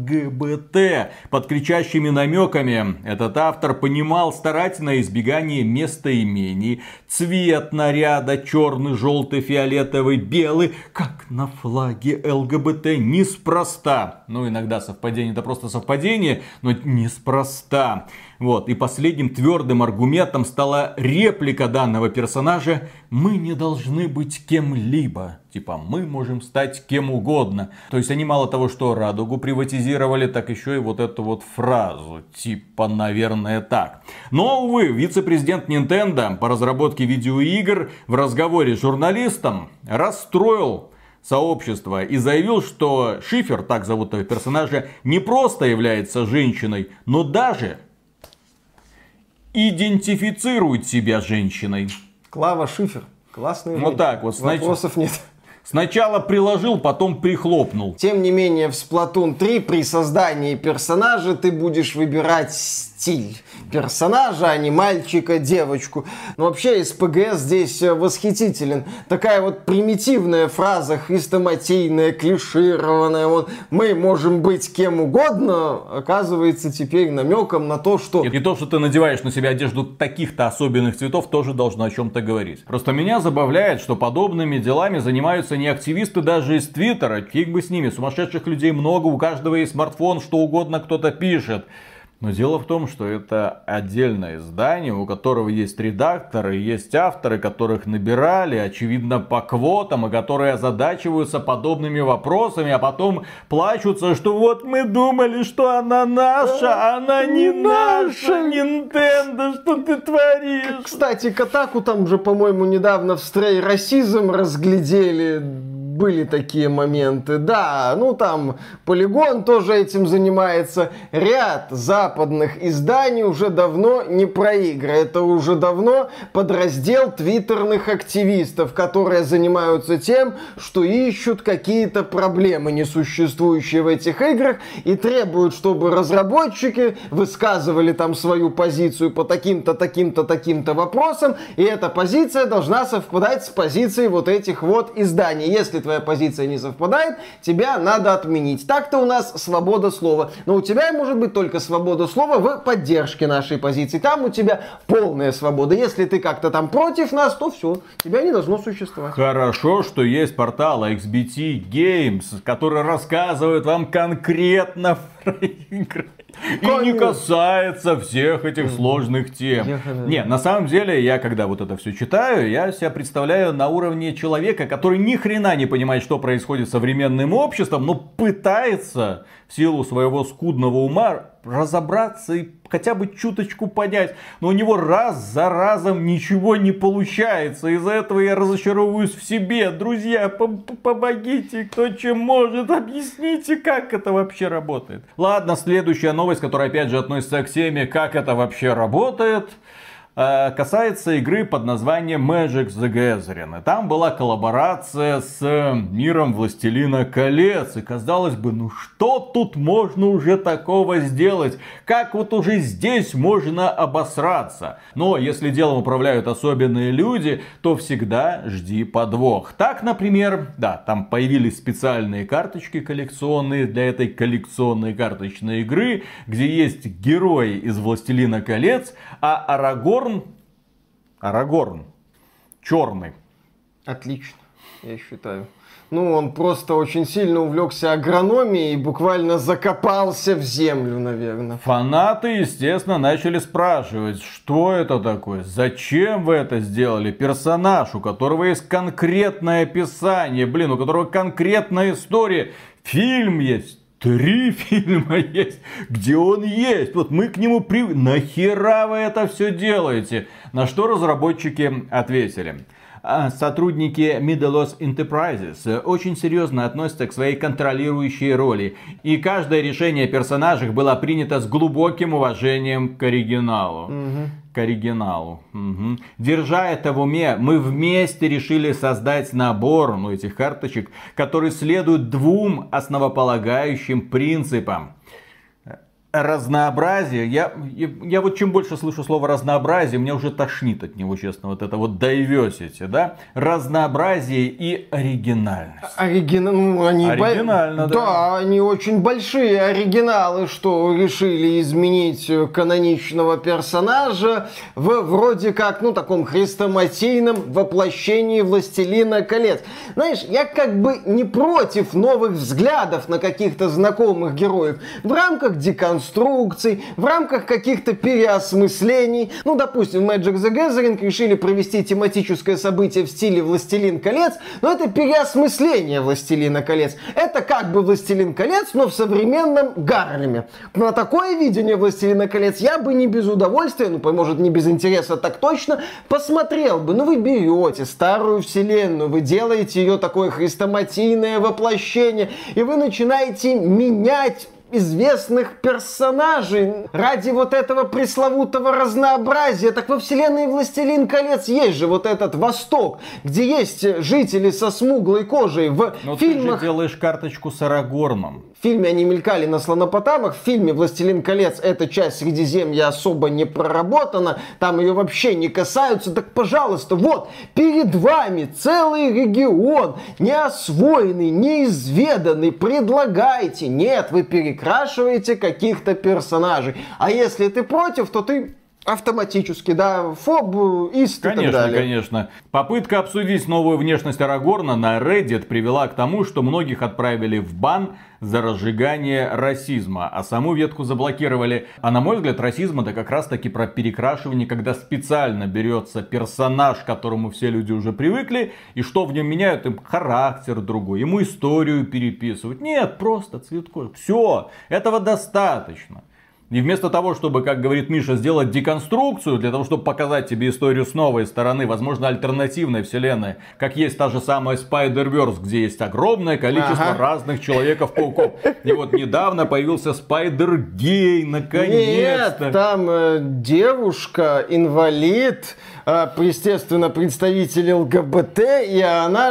ЛГБТ». Под кричащими намеками этот автор понимал старательное избегание местоимений, цвет наряда черный, желтый, фиолетовый, белый, как на флаге ЛГБТ, неспроста. Ну, иногда совпадение это просто совпадение, но неспроста. Вот. И последним твердым аргументом стала реплика данного персонажа: «Мы не должны быть кем-либо». Типа, мы можем стать кем угодно. То есть они мало того, что радугу приватизировали, так еще и вот эту вот фразу. Типа, наверное, так. Но, увы, вице-президент Nintendo по разработке видеоигр в разговоре с журналистом расстроил сообщество и заявил, что Шифер, так зовут этого персонажа, не просто является женщиной, но даже идентифицирует себя женщиной. Клава Шифер. Классный. Вот так вот. Вопросов нет. Сначала приложил, потом прихлопнул. Тем не менее, в Splatoon три при создании персонажа ты будешь выбирать стиль персонажа, а не мальчика, девочку. Но вообще СПГС здесь восхитителен. Такая вот примитивная фраза, хрестоматийная, клишированная. Вот, мы можем быть кем угодно, оказывается теперь намеком на то, что... И то, что ты надеваешь на себя одежду таких-то особенных цветов, тоже должно о чем-то говорить. Просто меня забавляет, что подобными делами занимаются не активисты даже из Твиттера. Фиг бы с ними, сумасшедших людей много, у каждого есть смартфон, что угодно кто-то пишет. Но дело в том, что это отдельное издание, у которого есть редакторы, есть авторы, которых набирали, очевидно, по квотам, и которые озадачиваются подобными вопросами, а потом плачутся, что вот мы думали, что она наша, а она не наша, Nintendo. Да что ты творишь? Кстати, Котаку там же, по-моему, недавно в Stray расизм разглядели. Были такие моменты. Да, ну там Polygon тоже этим занимается. Ряд западных изданий уже давно не про игры. Это уже давно подраздел твиттерных активистов, которые занимаются тем, что ищут какие-то проблемы, несуществующие в этих играх, и требуют, чтобы разработчики высказывали там свою позицию по таким-то, таким-то, таким-то вопросам, и эта позиция должна совпадать с позицией вот этих вот изданий. Если твоя позиция не совпадает, тебя надо отменить. Так-то у нас свобода слова. Но у тебя может быть только свобода слова в поддержке нашей позиции. Там у тебя полная свобода. Если ты как-то там против нас, то все, тебя не должно существовать. Хорошо, что есть портал икс би ти Games, который рассказывает вам конкретно про игры. И не касается всех этих сложных тем. Не, на самом деле, я когда вот это все читаю, я себя представляю на уровне человека, который ни хрена не понимает, что происходит с современным обществом, но пытается в силу своего скудного ума разобраться и хотя бы чуточку понять. Но у него раз за разом ничего не получается. Из-за этого я разочаровываюсь в себе. Друзья, помогите, кто чем может. Объясните, как это вообще работает. Ладно, следующая новость, которая опять же относится к теме, как это вообще работает, касается игры под названием Magic the Gathering. И там была коллаборация с миром Властелина колец. И казалось бы, ну что тут можно уже такого сделать? Как вот уже здесь можно обосраться? Но если делом управляют особенные люди, то всегда жди подвох. Так, например, да, там появились специальные карточки коллекционные для этой коллекционной карточной игры, где есть герои из Властелина колец, а Арагорн Арагорн. Черный. Отлично, я считаю. Ну, он просто очень сильно увлекся агрономией и буквально закопался в землю, наверное. Фанаты, естественно, начали спрашивать, что это такое, зачем вы это сделали. Персонаж, у которого есть конкретное описание, блин, у которого конкретная история, фильм есть. Три фильма есть, где он есть. Вот мы к нему при... Нахера вы это все делаете? На что разработчики ответили. Сотрудники Middle-earth Enterprises очень серьезно относятся к своей контролирующей роли. И каждое решение персонажей было принято с глубоким уважением к оригиналу. Угу. К оригиналу. Угу. Держа это в уме, мы вместе решили создать набор, ну, этих карточек, который следует двум основополагающим принципам. Разнообразие. Я, я, я вот чем больше слышу слово разнообразие, мне уже тошнит от него, честно. Вот это вот diversity, да? Разнообразие и оригинальность. Оригина... Ну, они Оригинально, бо... да. Да, они очень большие оригиналы, что решили изменить каноничного персонажа в вроде как, ну, таком хрестоматийном воплощении Властелина колец. Знаешь, я как бы не против новых взглядов на каких-то знакомых героев в рамках деконструкции, конструкций, в рамках каких-то переосмыслений. Ну, допустим, в Magic the Gathering решили провести тематическое событие в стиле Властелин колец, но это переосмысление Властелина колец. Это как бы Властелин колец, но в современном Гарлеме. На такое видение Властелина колец я бы не без удовольствия, ну, может, не без интереса, так точно, посмотрел бы. Ну, вы берете старую вселенную, вы делаете ее такое хрестоматийное воплощение, и вы начинаете менять известных персонажей ради вот этого пресловутого разнообразия. Так во вселенной Властелин колец есть же вот этот Восток, где есть жители со смуглой кожей. В Но фильмах... ты же делаешь карточку с Арагорном. В фильме они мелькали на слонопотамах. В фильме «Властелин колец» эта часть Средиземья особо не проработана. Там ее вообще не касаются. Так, пожалуйста, вот, перед вами целый регион, неосвоенный, неизведанный. Предлагайте. Нет, вы перекрашиваете каких-то персонажей. А если ты против, то ты... Автоматически, да, фоб, ист и так далее. Конечно, конечно. Попытка обсудить новую внешность Арагорна на Reddit привела к тому, что многих отправили в бан за разжигание расизма, а саму ветку заблокировали. А на мой взгляд, расизм это как раз таки про перекрашивание, когда специально берется персонаж, к которому все люди уже привыкли, и что в нем меняют, им характер другой, ему историю переписывают. Нет, просто цвет кожи. Все, этого достаточно. И вместо того, чтобы, как говорит Миша, сделать деконструкцию, для того, чтобы показать тебе историю с новой стороны, возможно, альтернативной вселенной, как есть та же самая Spider-Verse, где есть огромное количество ага. разных Человеков-пауков. И вот недавно появился Spider-Gay, наконец-то. Нет, там э, девушка, инвалид, э, естественно, представитель ЛГБТ, и она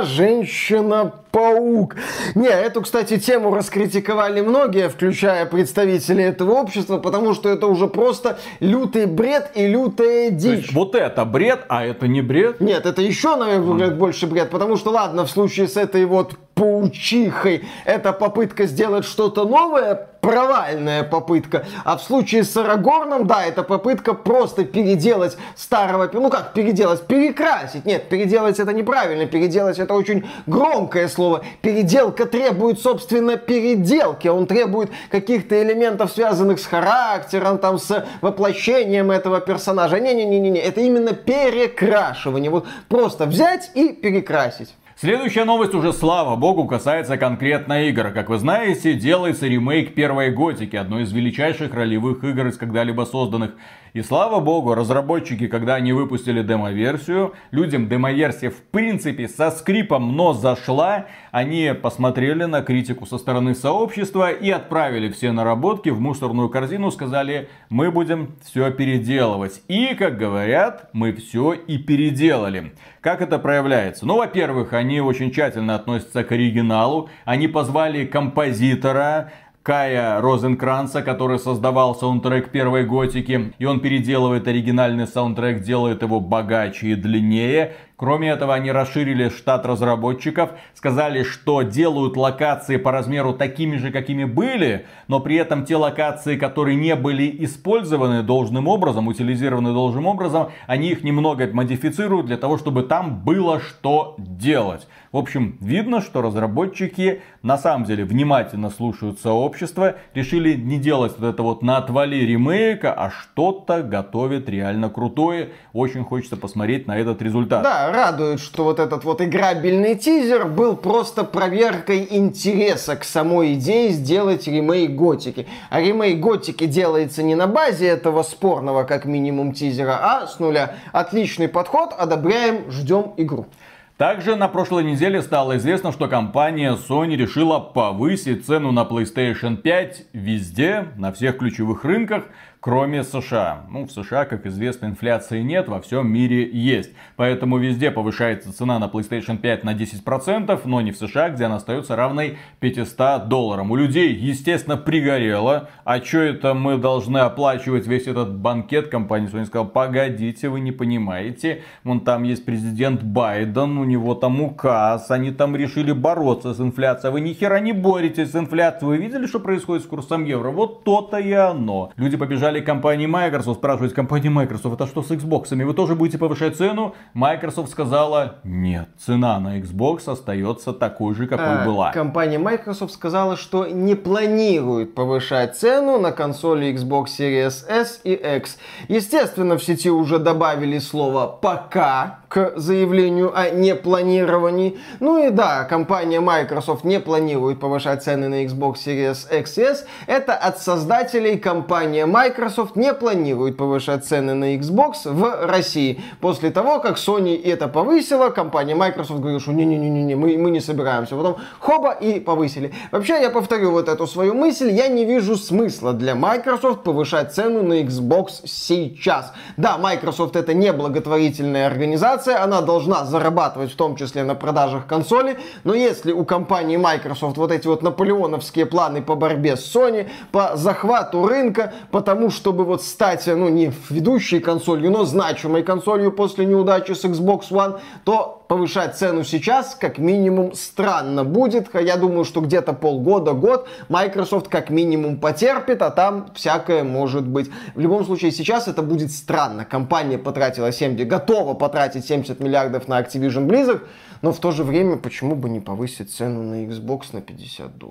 женщина-паук. Не, эту, кстати, тему раскритиковали многие, включая представителей этого общества, потому что это уже просто лютый бред и лютая дичь. То есть, вот это бред, а это не бред? Нет, это еще, наверное, mm. больше бред, потому что, ладно, в случае с этой вот паучихой, это попытка сделать что-то новое, провальная попытка. А в случае с Арагорном, да, это попытка просто переделать старого, ну как переделать, перекрасить. Нет, переделать это неправильно, переделать это очень громкое слово. Переделка требует, собственно, переделки. Он требует каких-то элементов, связанных с характером, там, с воплощением этого персонажа. Не-не-не-не, это именно перекрашивание. Вот просто взять и перекрасить. Следующая новость уже, слава богу, касается конкретно игр. Как вы знаете, делается ремейк первой Готики, одной из величайших ролевых игр из когда-либо созданных. И слава богу, разработчики, когда они выпустили демо-версию, людям демо-версия в принципе со скрипом, но зашла. Они посмотрели на критику со стороны сообщества и отправили все наработки в мусорную корзину. Сказали, мы будем все переделывать. И, как говорят, мы все и переделали. Как это проявляется? Ну, во-первых, они очень тщательно относятся к оригиналу. Они позвали композитора Кая Розенкранца, который создавал саундтрек первой Готики. И он переделывает оригинальный саундтрек, делает его богаче и длиннее. Кроме этого, они расширили штат разработчиков, сказали, что делают локации по размеру такими же, какими были, но при этом те локации, которые не были использованы должным образом, утилизированы должным образом, они их немного модифицируют для того, чтобы там было что делать. В общем, видно, что разработчики на самом деле внимательно слушают сообщество, решили не делать вот это вот на отвали ремейка, а что-то готовят реально крутое. Очень хочется посмотреть на этот результат. Да, радует, что вот этот вот играбельный тизер был просто проверкой интереса к самой идее сделать ремейк Готики. А ремейк Готики делается не на базе этого спорного, как минимум, тизера, а с нуля. Отличный подход, одобряем, ждем игру. Также на прошлой неделе стало известно, что компания Sony решила повысить цену на PlayStation пять везде, на всех ключевых рынках, кроме США. Ну, в США, как известно, инфляции нет, во всем мире есть. Поэтому везде повышается цена на PlayStation пять на десять процентов, но не в США, где она остается равной пятистам долларам. У людей, естественно, пригорело. А что это мы должны оплачивать весь этот банкет? Компания Sony сказала, погодите, вы не понимаете. Вон там есть президент Байден, у него там указ, они там решили бороться с инфляцией. Вы ни хера не боретесь с инфляцией. Вы видели, что происходит с курсом евро? Вот то-то и оно. Люди побежали к компании Microsoft, спрашивать компании Microsoft, это что с Xbox? Вы тоже будете повышать цену? Microsoft сказала, нет, цена на Xbox остается такой же, какой а, была. Компания Microsoft сказала, что не планирует повышать цену на консоли Xbox Series S и X. Естественно, в сети уже добавили слово «пока» к заявлению о непланировании. Ну и да, компания Microsoft не планирует повышать цены на Xbox Series X и S. Это от создателей. Компания Microsoft не планирует повышать цены на Xbox в России. После того, как Sony это повысила, компания Microsoft говорит, что не-не-не, мы, мы не собираемся. Потом хоба и повысили. Вообще, я повторю вот эту свою мысль. Я не вижу смысла для Microsoft повышать цену на Xbox сейчас. Да, Microsoft это не благотворительная организация, она должна зарабатывать в том числе на продажах консоли, но если у компании Microsoft вот эти вот наполеоновские планы по борьбе с Sony, по захвату рынка, по тому, чтобы вот стать, ну, не ведущей консолью, но значимой консолью после неудачи с Xbox One, то повышать цену сейчас как минимум странно будет. Я думаю, что где-то полгода, год Microsoft как минимум потерпит, а там всякое может быть. В любом случае сейчас это будет странно. Компания потратила семьдесят, готова потратить семьдесят миллиардов на Activision Blizzard, но в то же время почему бы не повысить цену на Xbox на пятьдесят долларов?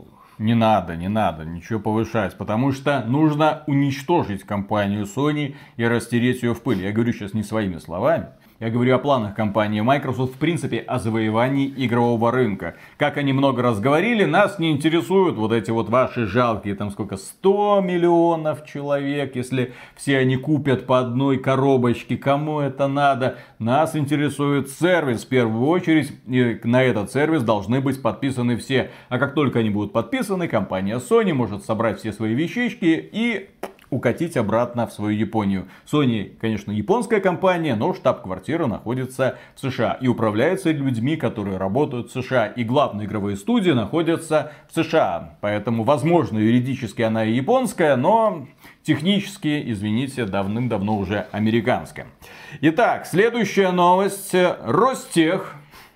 Не надо, не надо ничего повышать, потому что нужно уничтожить компанию Sony и растереть ее в пыль. Я говорю сейчас не своими словами. Я говорю о планах компании Microsoft, в принципе, о завоевании игрового рынка. Как они много раз говорили, нас не интересуют вот эти вот ваши жалкие, там сколько, сто миллионов человек, если все они купят по одной коробочке, кому это надо? Нас интересует сервис в первую очередь, и на этот сервис должны быть подписаны все. А как только они будут подписаны, компания Sony может собрать все свои вещички и укатить обратно в свою Японию. Sony, конечно, японская компания, но штаб-квартира находится в США. И управляется людьми, которые работают в США. И главные игровые студии находятся в США. Поэтому, возможно, юридически она и японская, но технически, извините, давным-давно уже американская. Итак, следующая новость. Ростех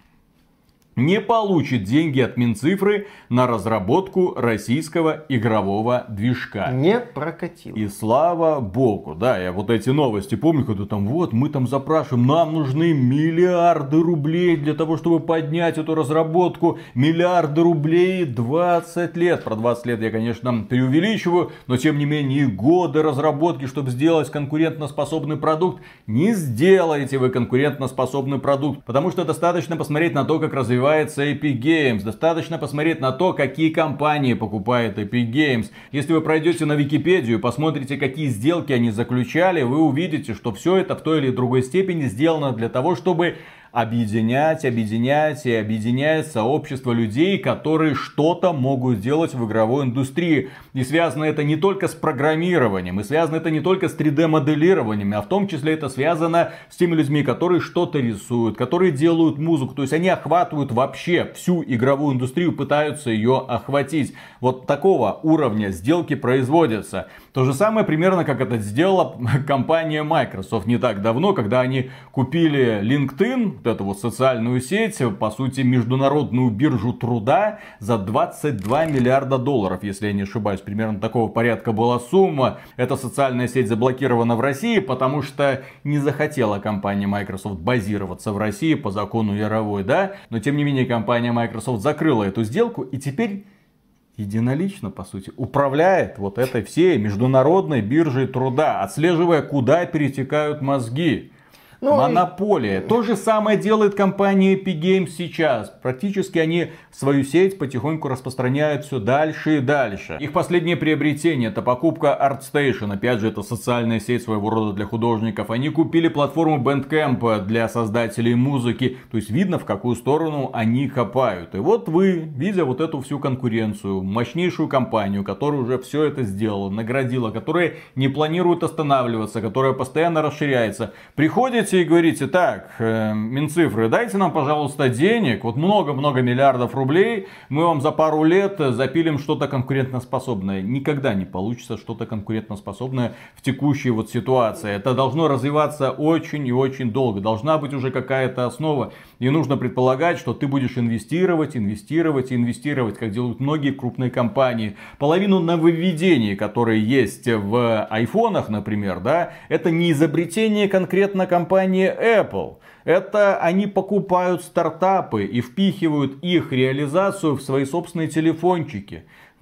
не получит деньги от Минцифры на разработку российского игрового движка. Не прокатило. И слава богу, да, я вот эти новости помню, когда там вот мы там запрашиваем, нам нужны миллиарды рублей для того, чтобы поднять эту разработку. Миллиарды рублей, двадцать лет. Про двадцать лет я, конечно, преувеличиваю, но тем не менее годы разработки, чтобы сделать конкурентоспособный продукт. Не сделаете вы конкурентоспособный продукт, потому что достаточно посмотреть на то, как развивается Epic Games. Достаточно посмотреть на то, какие компании покупает Epic Games. Если вы пройдете на Википедию, посмотрите, какие сделки они заключали, вы увидите, что все это в той или другой степени сделано для того, чтобы объединять, объединять и объединять сообщество людей, которые что-то могут делать в игровой индустрии. И связано это не только с программированием, и связано это не только с три дэ моделированием, а в том числе это связано с теми людьми, которые что-то рисуют, которые делают музыку. То есть они охватывают вообще всю игровую индустрию, пытаются ее охватить. Вот такого уровня сделки производятся. То же самое примерно, как это сделала компания Microsoft не так давно, когда они купили LinkedIn, вот эту вот социальную сеть, по сути международную биржу труда, за двадцать два миллиарда долларов, если я не ошибаюсь. Примерно такого порядка была сумма. Эта социальная сеть заблокирована в России, потому что не захотела компания Microsoft базироваться в России по закону Яровой, да? Но тем не менее компания Microsoft закрыла эту сделку и теперь единолично, по сути, управляет вот этой всей международной биржей труда, отслеживая, куда перетекают мозги. Ну, монополия. И... То же самое делает компания Epic Games сейчас. Практически они свою сеть потихоньку распространяют все дальше и дальше. Их последнее приобретение — это покупка ArtStation. Опять же, это социальная сеть своего рода для художников. Они купили платформу Bandcamp для создателей музыки. То есть видно, в какую сторону они копают. И вот вы, видя вот эту всю конкуренцию, мощнейшую компанию, которая уже все это сделала, наградила, которая не планирует останавливаться, которая постоянно расширяется, приходите и говорите: так, э, Минцифры, дайте нам, пожалуйста, денег, вот много-много миллиардов рублей, мы вам за пару лет запилим что-то конкурентоспособное. Никогда не получится что-то конкурентоспособное в текущей вот ситуации. Это должно развиваться очень и очень долго. Должна быть уже какая-то основа. И нужно предполагать, что ты будешь инвестировать, инвестировать и инвестировать, как делают многие крупные компании. Половину нововведений, которые есть в айфонах, например, да, это не изобретение конкретно компании Apple. Это они покупают стартапы и впихивают их реализацию в свои собственные телефончики.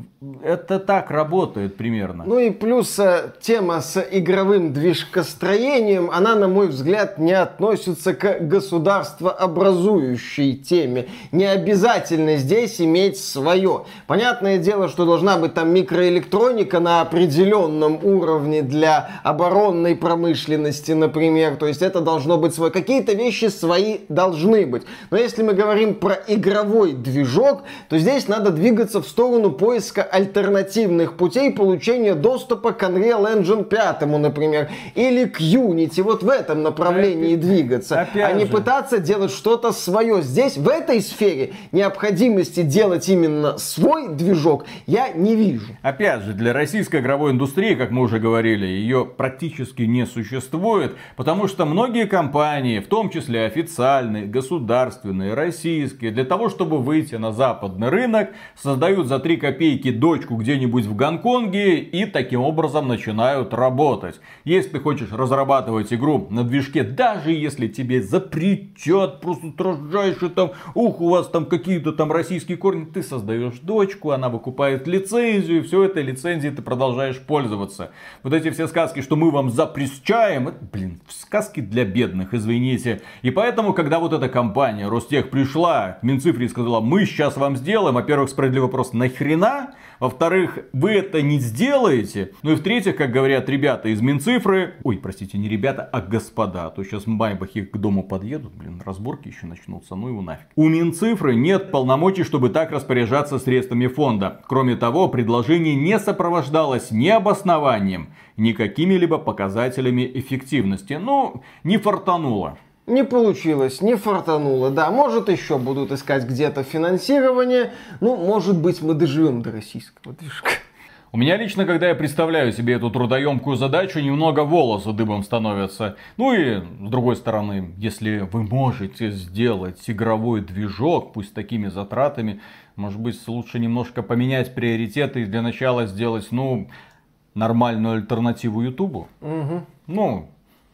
Это так работает примерно. Ну и плюс тема с игровым движкостроением, она, на мой взгляд, не относится к государствообразующей теме. Не обязательно здесь иметь свое. Понятное дело, что должна быть там микроэлектроника на определенном уровне для оборонной промышленности, например. То есть это должно быть свое. Какие-то вещи свои должны быть. Но если мы говорим про игровой движок, то здесь надо двигаться в сторону поиска альтернативных путей получения доступа к Unreal Engine пять, например, или к Unity. Вот в этом направлении опять, двигаться, опять а не же. пытаться делать что-то свое. Здесь, в этой сфере, необходимости делать именно свой движок я не вижу. Опять же, для российской игровой индустрии, как мы уже говорили, ее практически не существует, потому что многие компании, в том числе официальные, государственные, российские, для того, чтобы выйти на западный рынок, создают за три копейки копейки дочку где-нибудь в Гонконге и таким образом начинают работать. Если ты хочешь разрабатывать игру на движке, даже если тебе запретят, просто строжайше там, ух, у вас там какие-то там российские корни, ты создаешь дочку, она выкупает лицензию, и все этой лицензией ты продолжаешь пользоваться. Вот эти все сказки, что мы вам запрещаем, это, блин, сказки для бедных, извините. И поэтому, когда вот эта компания Ростех пришла к Минцифре и сказала, мы сейчас вам сделаем, во-первых, справедливый вопрос, нахрена? Во-вторых, вы это не сделаете. Ну и в-третьих, как говорят ребята из Минцифры, ой, простите, не ребята, а господа, а то сейчас майбахи к дому подъедут, блин, разборки еще начнутся, ну его нафиг. У Минцифры нет полномочий, чтобы так распоряжаться средствами фонда. Кроме того, предложение не сопровождалось ни обоснованием, ни какими-либо показателями эффективности. Ну, не фартануло. Не получилось, не фартануло, да, может еще будут искать где-то финансирование, ну, может быть, мы доживем до российского движка. У меня лично, когда я представляю себе эту трудоемкую задачу, немного волосы дыбом становятся. Ну и, с другой стороны, если вы можете сделать игровой движок, пусть с такими затратами, может быть, лучше немножко поменять приоритеты и для начала сделать, ну, нормальную альтернативу Ютубу. Угу. Ну...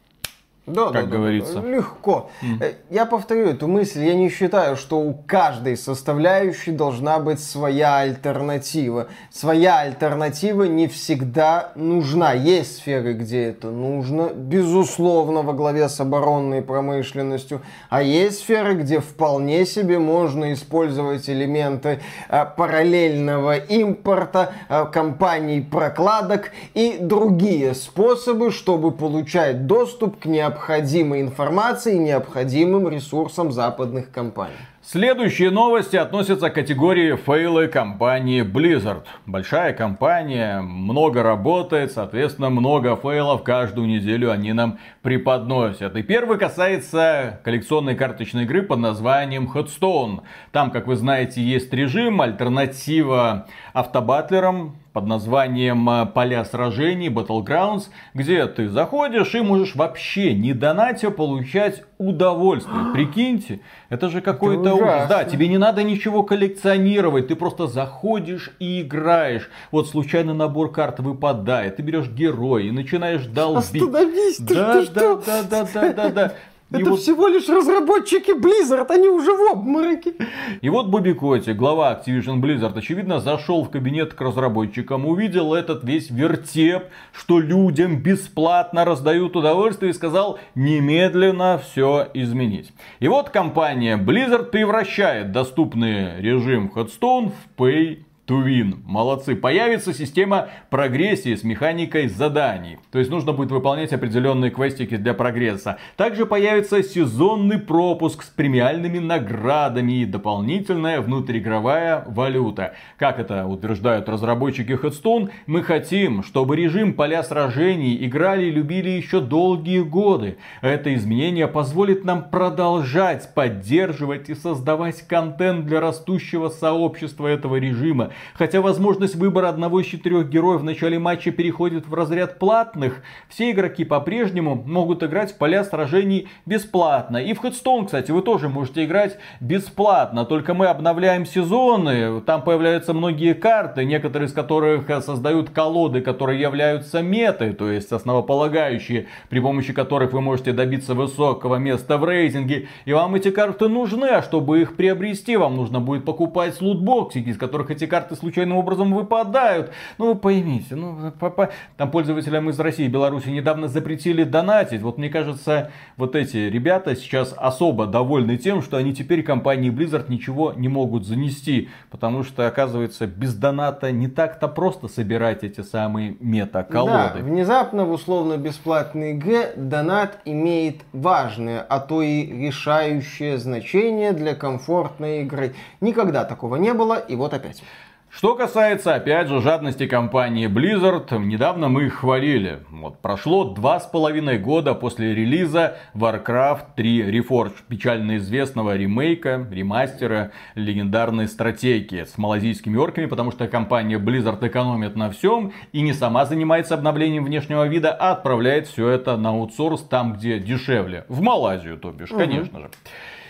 Да, как да, говорится. Да, легко. Mm. Я повторю эту мысль. Я не считаю, что у каждой составляющей должна быть своя альтернатива. Своя альтернатива не всегда нужна. Есть сферы, где это нужно, безусловно, во главе с оборонной промышленностью. А есть сферы, где вполне себе можно использовать элементы а, параллельного импорта, а, компаний прокладок и другие способы, чтобы получать доступ к необходимым необходимой информации и необходимым ресурсам западных компаний. Следующие новости относятся к категории фейлы компании Blizzard. Большая компания, много работает, соответственно, много фейлов каждую неделю они нам преподносят. И первый касается коллекционной карточной игры под названием Hearthstone. Там, как вы знаете, есть режим, альтернатива автобатлерам под названием «Поля сражений», Battlegrounds, где ты заходишь и можешь вообще не донатя получать удовольствие. Прикиньте, это же какой-то ужас. Да, тебе не надо ничего коллекционировать, ты просто заходишь и играешь. Вот случайно набор карт выпадает, ты берешь героя и начинаешь долбить. Остановись, ты, да, ты да, что? да, да, да, да, да. Это вот... всего лишь разработчики Blizzard, они уже в обмороке. И вот Бобби Котти, глава Activision Blizzard, очевидно, зашел в кабинет к разработчикам, увидел этот весь вертеп, что людям бесплатно раздают удовольствие, и сказал немедленно все изменить. И вот компания Blizzard превращает доступный режим Hearthstone в Pay to Win. Молодцы. Появится система прогрессии с механикой заданий. То есть нужно будет выполнять определенные квестики для прогресса. Также появится сезонный пропуск с премиальными наградами и дополнительная внутриигровая валюта. Как это утверждают разработчики Hearthstone, мы хотим, чтобы режим поля сражений играли и любили еще долгие годы. Это изменение позволит нам продолжать поддерживать и создавать контент для растущего сообщества этого режима. Хотя возможность выбора одного из четырех героев в начале матча переходит в разряд платных, все игроки по-прежнему могут играть в поля сражений бесплатно. И в Hearthstone, кстати, вы тоже можете играть бесплатно, только мы обновляем сезоны, там появляются многие карты, некоторые из которых создают колоды, которые являются метой, то есть основополагающие, при помощи которых вы можете добиться высокого места в рейтинге. И вам эти карты нужны, а чтобы их приобрести, вам нужно будет покупать лутбоксики, из которых эти карты случайным образом выпадают. Ну вы поймите, ну, там пользователям из России и Беларуси недавно запретили донатить. Вот мне кажется, вот эти ребята сейчас особо довольны тем, что они теперь компании Blizzard ничего не могут занести. Потому что, оказывается, без доната не так-то просто собирать эти самые мета-колоды. Да, внезапно в условно-бесплатной игре донат имеет важное, а то и решающее значение для комфортной игры. Никогда такого не было, и вот опять. Что касается, опять же, жадности компании Blizzard, недавно мы их хвалили. Вот, прошло два с половиной года после релиза Warcraft три Reforged, печально известного ремейка, ремастера легендарной стратегии с малазийскими орками, потому что компания Blizzard экономит на всем и не сама занимается обновлением внешнего вида, а отправляет все это на аутсорс там, где дешевле. В Малайзию, то бишь, угу. Конечно же.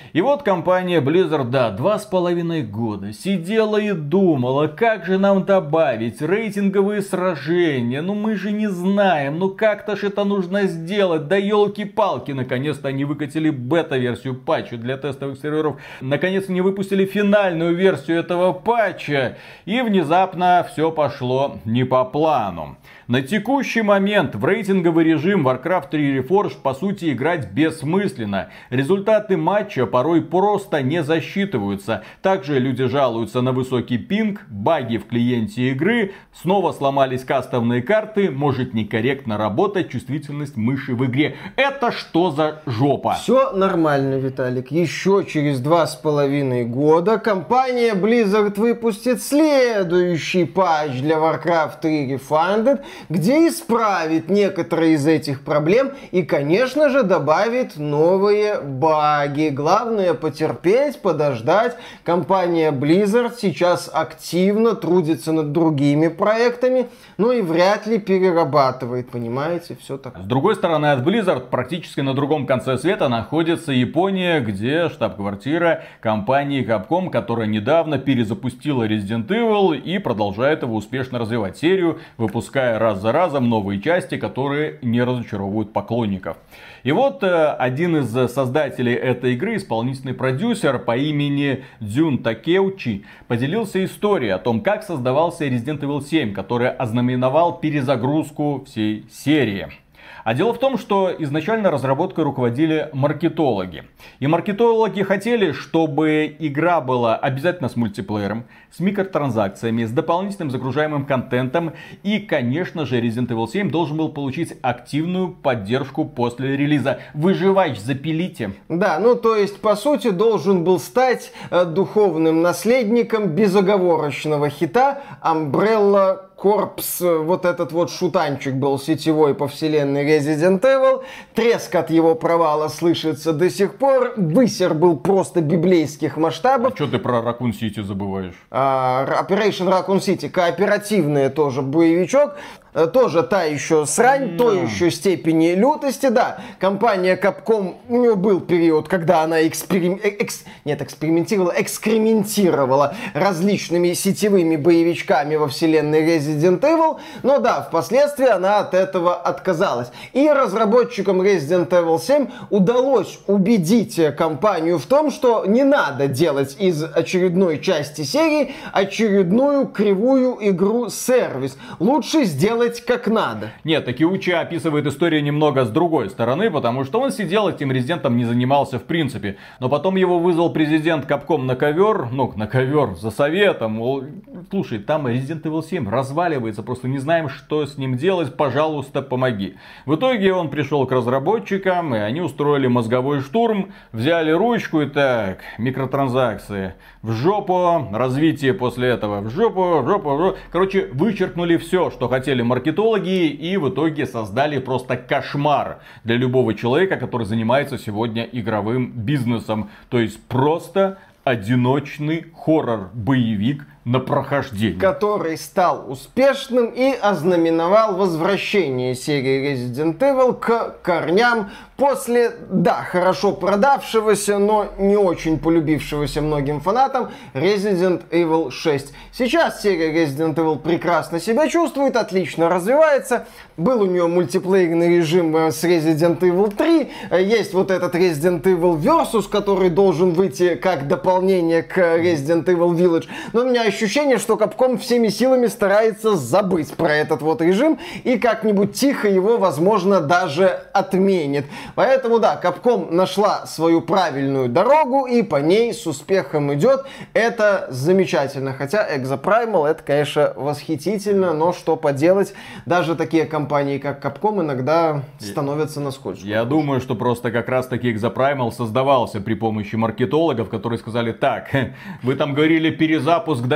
И вот компания Blizzard, да, два с половиной года сидела и думала, как же нам добавить рейтинговые сражения. Ну мы же не знаем, ну как-то ж это нужно сделать. Да елки-палки, наконец-то они выкатили бета-версию патча для тестовых серверов. Наконец они выпустили финальную версию этого патча. И внезапно все пошло не по плану. На текущий момент в рейтинговый режим Warcraft три Reforged по сути играть бессмысленно. Результаты матча порой просто не засчитываются. Также люди жалуются на высокий пинг, баги в клиенте игры, снова сломались кастомные карты, может некорректно работать чувствительность мыши в игре. Это что за жопа? Все нормально, Виталик. Еще через два с половиной года компания Blizzard выпустит следующий патч для Warcraft три Reforged, где исправит некоторые из этих проблем и, конечно же, добавит новые баги. Главное потерпеть, подождать. Компания Blizzard сейчас активно трудится над другими проектами, но и вряд ли перерабатывает, понимаете, все так. С другой стороны, от Blizzard практически на другом конце света находится Япония, где штаб-квартира компании Capcom, которая недавно перезапустила Resident Evil и продолжает его успешно развивать серию, выпуская раз за разом новые части, которые не разочаровывают поклонников. И вот э, один из создателей этой игры, исполнительный продюсер по имени Дзюн Такеучи, поделился историей о том, как создавался Resident Evil семь, который ознаменовал перезагрузку всей серии. А дело в том, что изначально разработкой руководили маркетологи. И маркетологи хотели, чтобы игра была обязательно с мультиплеером, с микротранзакциями, с дополнительным загружаемым контентом. И, конечно же, Resident Evil семь должен был получить активную поддержку после релиза. Выживач запилите. Да, ну то есть, по сути, должен был стать э, духовным наследником безоговорочного хита Umbrella Corps. Вот этот вот шутанчик был сетевой по вселенной Resident Evil. Треск от его провала слышится до сих пор. Высер был просто библейских масштабов. А что ты про Raccoon City забываешь? А, Operation Raccoon City, кооперативный тоже боевичок. Тоже та еще срань, mm. той еще степени лютости, да. Компания Capcom, у нее был период, когда она эксперим... экс... Нет, экспериментировала, экскрементировала различными сетевыми боевичками во вселенной Resident Evil, но да, впоследствии она от этого отказалась. И разработчикам Resident Evil семь удалось убедить компанию в том, что не надо делать из очередной части серии очередную кривую игру-сервис. Лучше сделать как надо. Нет, Такеучи описывает историю немного с другой стороны, потому что он сидел этим резидентом, не занимался в принципе. Но потом его вызвал президент Capcom на ковер, ну, на ковер, за советом. Мол, слушай, там Resident Evil семь разваливается, просто не знаем, что с ним делать, пожалуйста, помоги. В итоге он пришел к разработчикам, и они устроили мозговой штурм, взяли ручку и так, микротранзакции в жопу, развитие после этого в жопу, в жопу, в жопу. Короче, вычеркнули все, что хотели маркетологи, и в итоге создали просто кошмар для любого человека, который занимается сегодня игровым бизнесом. То есть просто одиночный хоррор-боевик на прохождение. Который стал успешным и ознаменовал возвращение серии Resident Evil к корням после, да, хорошо продавшегося, но не очень полюбившегося многим фанатам Resident Evil шесть. Сейчас серия Resident Evil прекрасно себя чувствует, отлично развивается. Был у нее мультиплеерный режим с Resident Evil три. Есть вот этот Resident Evil Versus, который должен выйти как дополнение к Resident Evil Village. Но у меня ощущение, что Capcom всеми силами старается забыть про этот вот режим и как-нибудь тихо его, возможно, даже отменит. Поэтому, да, Capcom нашла свою правильную дорогу и по ней с успехом идет. Это замечательно. Хотя Exoprimal, это, конечно, восхитительно, но что поделать, даже такие компании, как Capcom, иногда становятся на скотч. Я думаю, что просто как раз таки Exoprimal создавался при помощи маркетологов, которые сказали: так, вы там говорили перезапуск, да,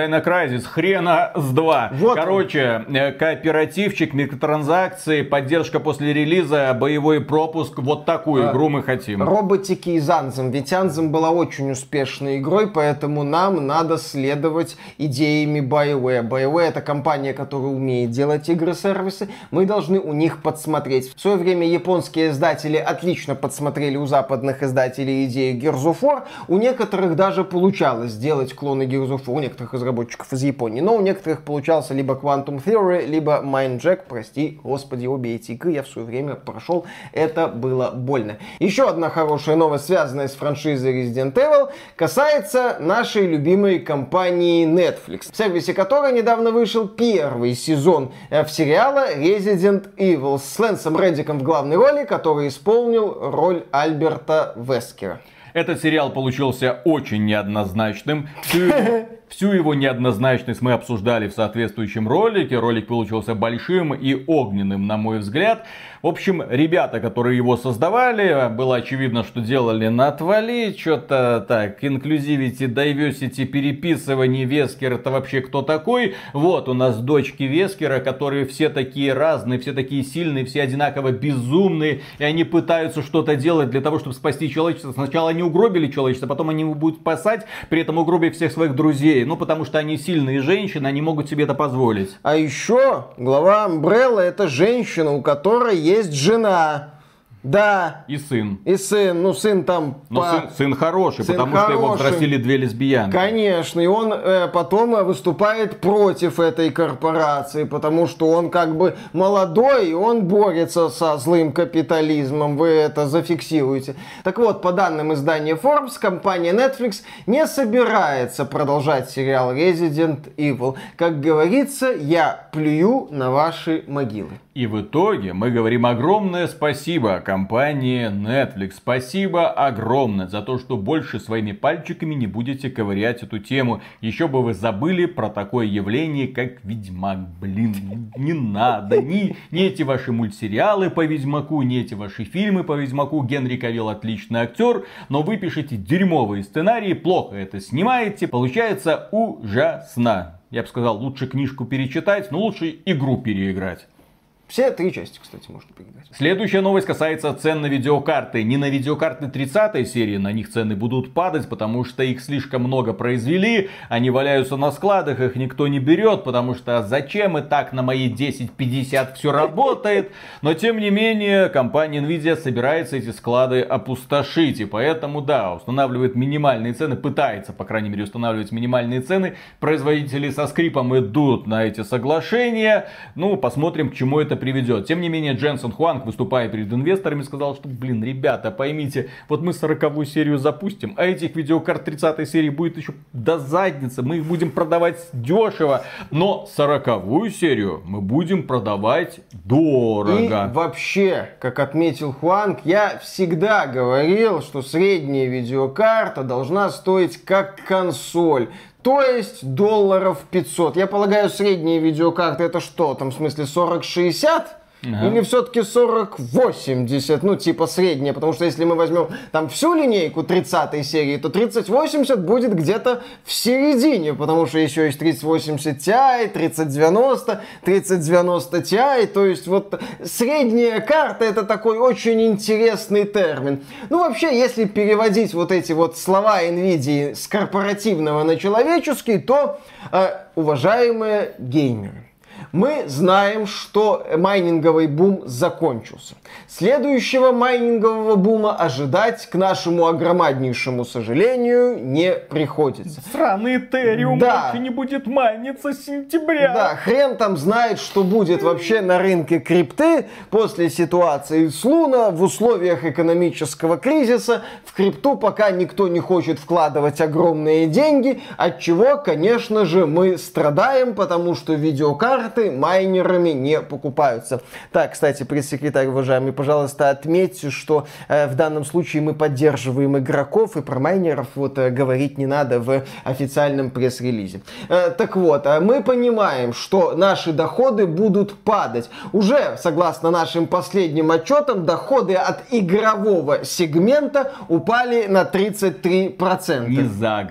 Dino Crisis, хрена с два. Вот Короче, он. Кооперативчик, микротранзакции, поддержка после релиза, боевой пропуск. Вот такую а, игру мы хотим. Роботики из Anthem. Ведь Anthem была очень успешной игрой, поэтому нам надо следовать идеями BioWare. BioWare — это компания, которая умеет делать игры-сервисы. Мы должны у них подсмотреть. В свое время японские издатели отлично подсмотрели у западных издателей идеи Gears of War. У некоторых даже получалось сделать клоны Gears of War, у некоторых разработчиков из Японии. Но у некоторых получался либо Quantum Theory, либо Mindjack. Прости, господи, обе эти игры я в свое время прошел. Это было больно. Еще одна хорошая новость, связанная с франшизой Resident Evil, касается нашей любимой компании Netflix, в сервисе которой недавно вышел первый сезон в сериала Resident Evil с Лэнсом Реддиком в главной роли, который исполнил роль Альберта Вескера. Этот сериал получился очень неоднозначным. Всю, всю его неоднозначность мы обсуждали в соответствующем ролике. Ролик получился большим и огненным, на мой взгляд. В общем, ребята, которые его создавали, было очевидно, что делали на отвали. Что-то так, инклюзивити, дайверсити, переписывание, Вескер, это вообще кто такой? Вот у нас дочки Вескера, которые все такие разные, все такие сильные, все одинаково безумные. И они пытаются что-то делать для того, чтобы спасти человечество. Сначала они угробили человечество, потом они его будут спасать, при этом угробив всех своих друзей. Ну, потому что они сильные женщины, они могут себе это позволить. А еще глава Umbrella — это женщина, у которой есть Есть жена. Да. И сын. И сын. Ну, сын там... Но по... сын, сын хороший, сын потому хороший. что его взрастили две лесбиянки. Конечно. И он э, потом выступает против этой корпорации, потому что он как бы молодой, и он борется со злым капитализмом. Вы это зафиксируете. Так вот, по данным издания Forbes, компания Netflix не собирается продолжать сериал Resident Evil. Как говорится, я плюю на ваши могилы. И в итоге мы говорим огромное спасибо компании Netflix. Спасибо огромное за то, что больше своими пальчиками не будете ковырять эту тему. Еще бы вы забыли про такое явление, как Ведьмак. Блин, не надо. Ни, ни эти ваши мультсериалы по Ведьмаку, ни эти ваши фильмы по Ведьмаку. Генри Кавилл отличный актер, но вы пишете дерьмовые сценарии, плохо это снимаете. Получается ужасно. Я бы сказал, лучше книжку перечитать, но лучше игру переиграть. Все три части, кстати, можно передать. Следующая новость касается цен на видеокарты. Не на видеокарты тридцатой серии, на них цены будут падать, потому что их слишком много произвели. Они валяются на складах, их никто не берет, потому что зачем и так на мои десять пятьдесят все работает. Но тем не менее, компания Nvidia собирается эти склады опустошить. И поэтому, да, устанавливает минимальные цены, пытается, по крайней мере, устанавливать минимальные цены. Производители со скрипом идут на эти соглашения. Ну, посмотрим, к чему это приведет. Тем не менее, Дженсен Хуанг, выступая перед инвесторами, сказал, что, блин, ребята, поймите, вот мы сороковую серию запустим, а этих видеокарт тридцатой серии будет еще до задницы, мы их будем продавать дешево, но сороковую серию мы будем продавать дорого. И вообще, как отметил Хуанг, я всегда говорил, что средняя видеокарта должна стоить как консоль. То есть долларов пятьсот. Я полагаю, средняя видеокарта это что? Там в смысле сорок шестьдесят? Ага. Или все-таки сорок восемьдесят, ну типа средняя, потому что если мы возьмем там всю линейку тридцатой серии, то тридцать восемьдесят будет где-то в середине, потому что еще есть тридцать восемьдесят Ti, тридцать девяносто, тридцать девяносто Ti, то есть вот средняя карта это такой очень интересный термин. Ну вообще, если переводить вот эти вот слова Nvidia с корпоративного на человеческий, то э, уважаемые геймеры, мы знаем, что майнинговый бум закончился. Следующего майнингового бума ожидать, к нашему огромнейшему сожалению, не приходится. Сраный Этериум да. вообще не будет майниться с сентября. Да, хрен там знает, что будет вообще на рынке крипты после ситуации с Луна в условиях экономического кризиса. В крипту пока никто не хочет вкладывать огромные деньги, от чего, конечно же, мы страдаем, потому что видеокарты майнерами не покупаются. Так, кстати, пресс-секретарь, уважаемый, пожалуйста, отметьте, что э, в данном случае мы поддерживаем игроков, и про майнеров вот э, говорить не надо в официальном пресс-релизе. Э, так вот, э, мы понимаем, что наши доходы будут падать. Уже, согласно нашим последним отчетам, доходы от игрового сегмента упали на тридцать три процента. Не за год.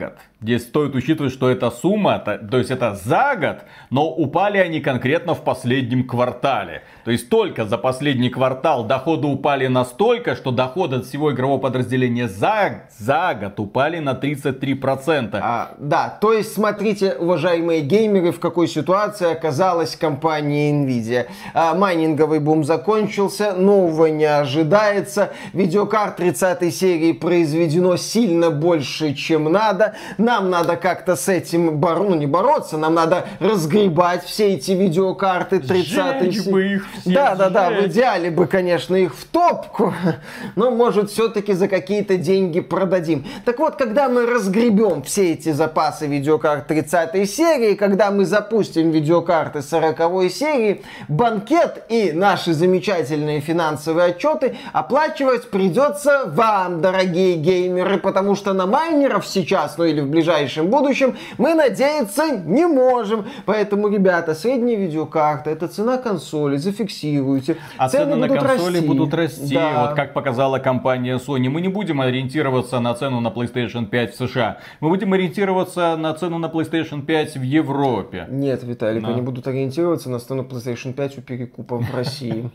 Здесь стоит учитывать, что эта сумма, то, то есть это за год, но упали они конкретно в последнем квартале. То есть только за последний квартал доходы упали настолько, что доходы от всего игрового подразделения за, за год упали на тридцать три процента. А, да, то есть смотрите, уважаемые геймеры, в какой ситуации оказалась компания Nvidia. А, майнинговый бум закончился, нового не ожидается, видеокарт тридцатой серии произведено сильно больше, чем надо. Нам надо как-то с этим бор... ну, не бороться, нам надо разгребать все эти видеокарты тридцатой серии. Да, да, да, в идеале бы, конечно, их в топку, но, может, все-таки за какие-то деньги продадим. Так вот, когда мы разгребем все эти запасы видеокарт тридцатой серии, когда мы запустим видеокарты сороковой серии, банкет и наши замечательные финансовые отчеты оплачивать придется вам, дорогие геймеры, потому что на майнеров сейчас, ну или в ближайшем будущем, мы надеяться не можем. Поэтому, ребята, средняя видеокарта — это цена консоли, зафиксируйте. А цены, цены на консоли расти. будут расти. Да. Вот как показала компания Sony. Мы не будем ориентироваться на цену на PlayStation пять в США. Мы будем ориентироваться на цену на PlayStation пять в Европе. Нет, Виталик, Но. они будут ориентироваться на цену PlayStation пять у перекупа в России.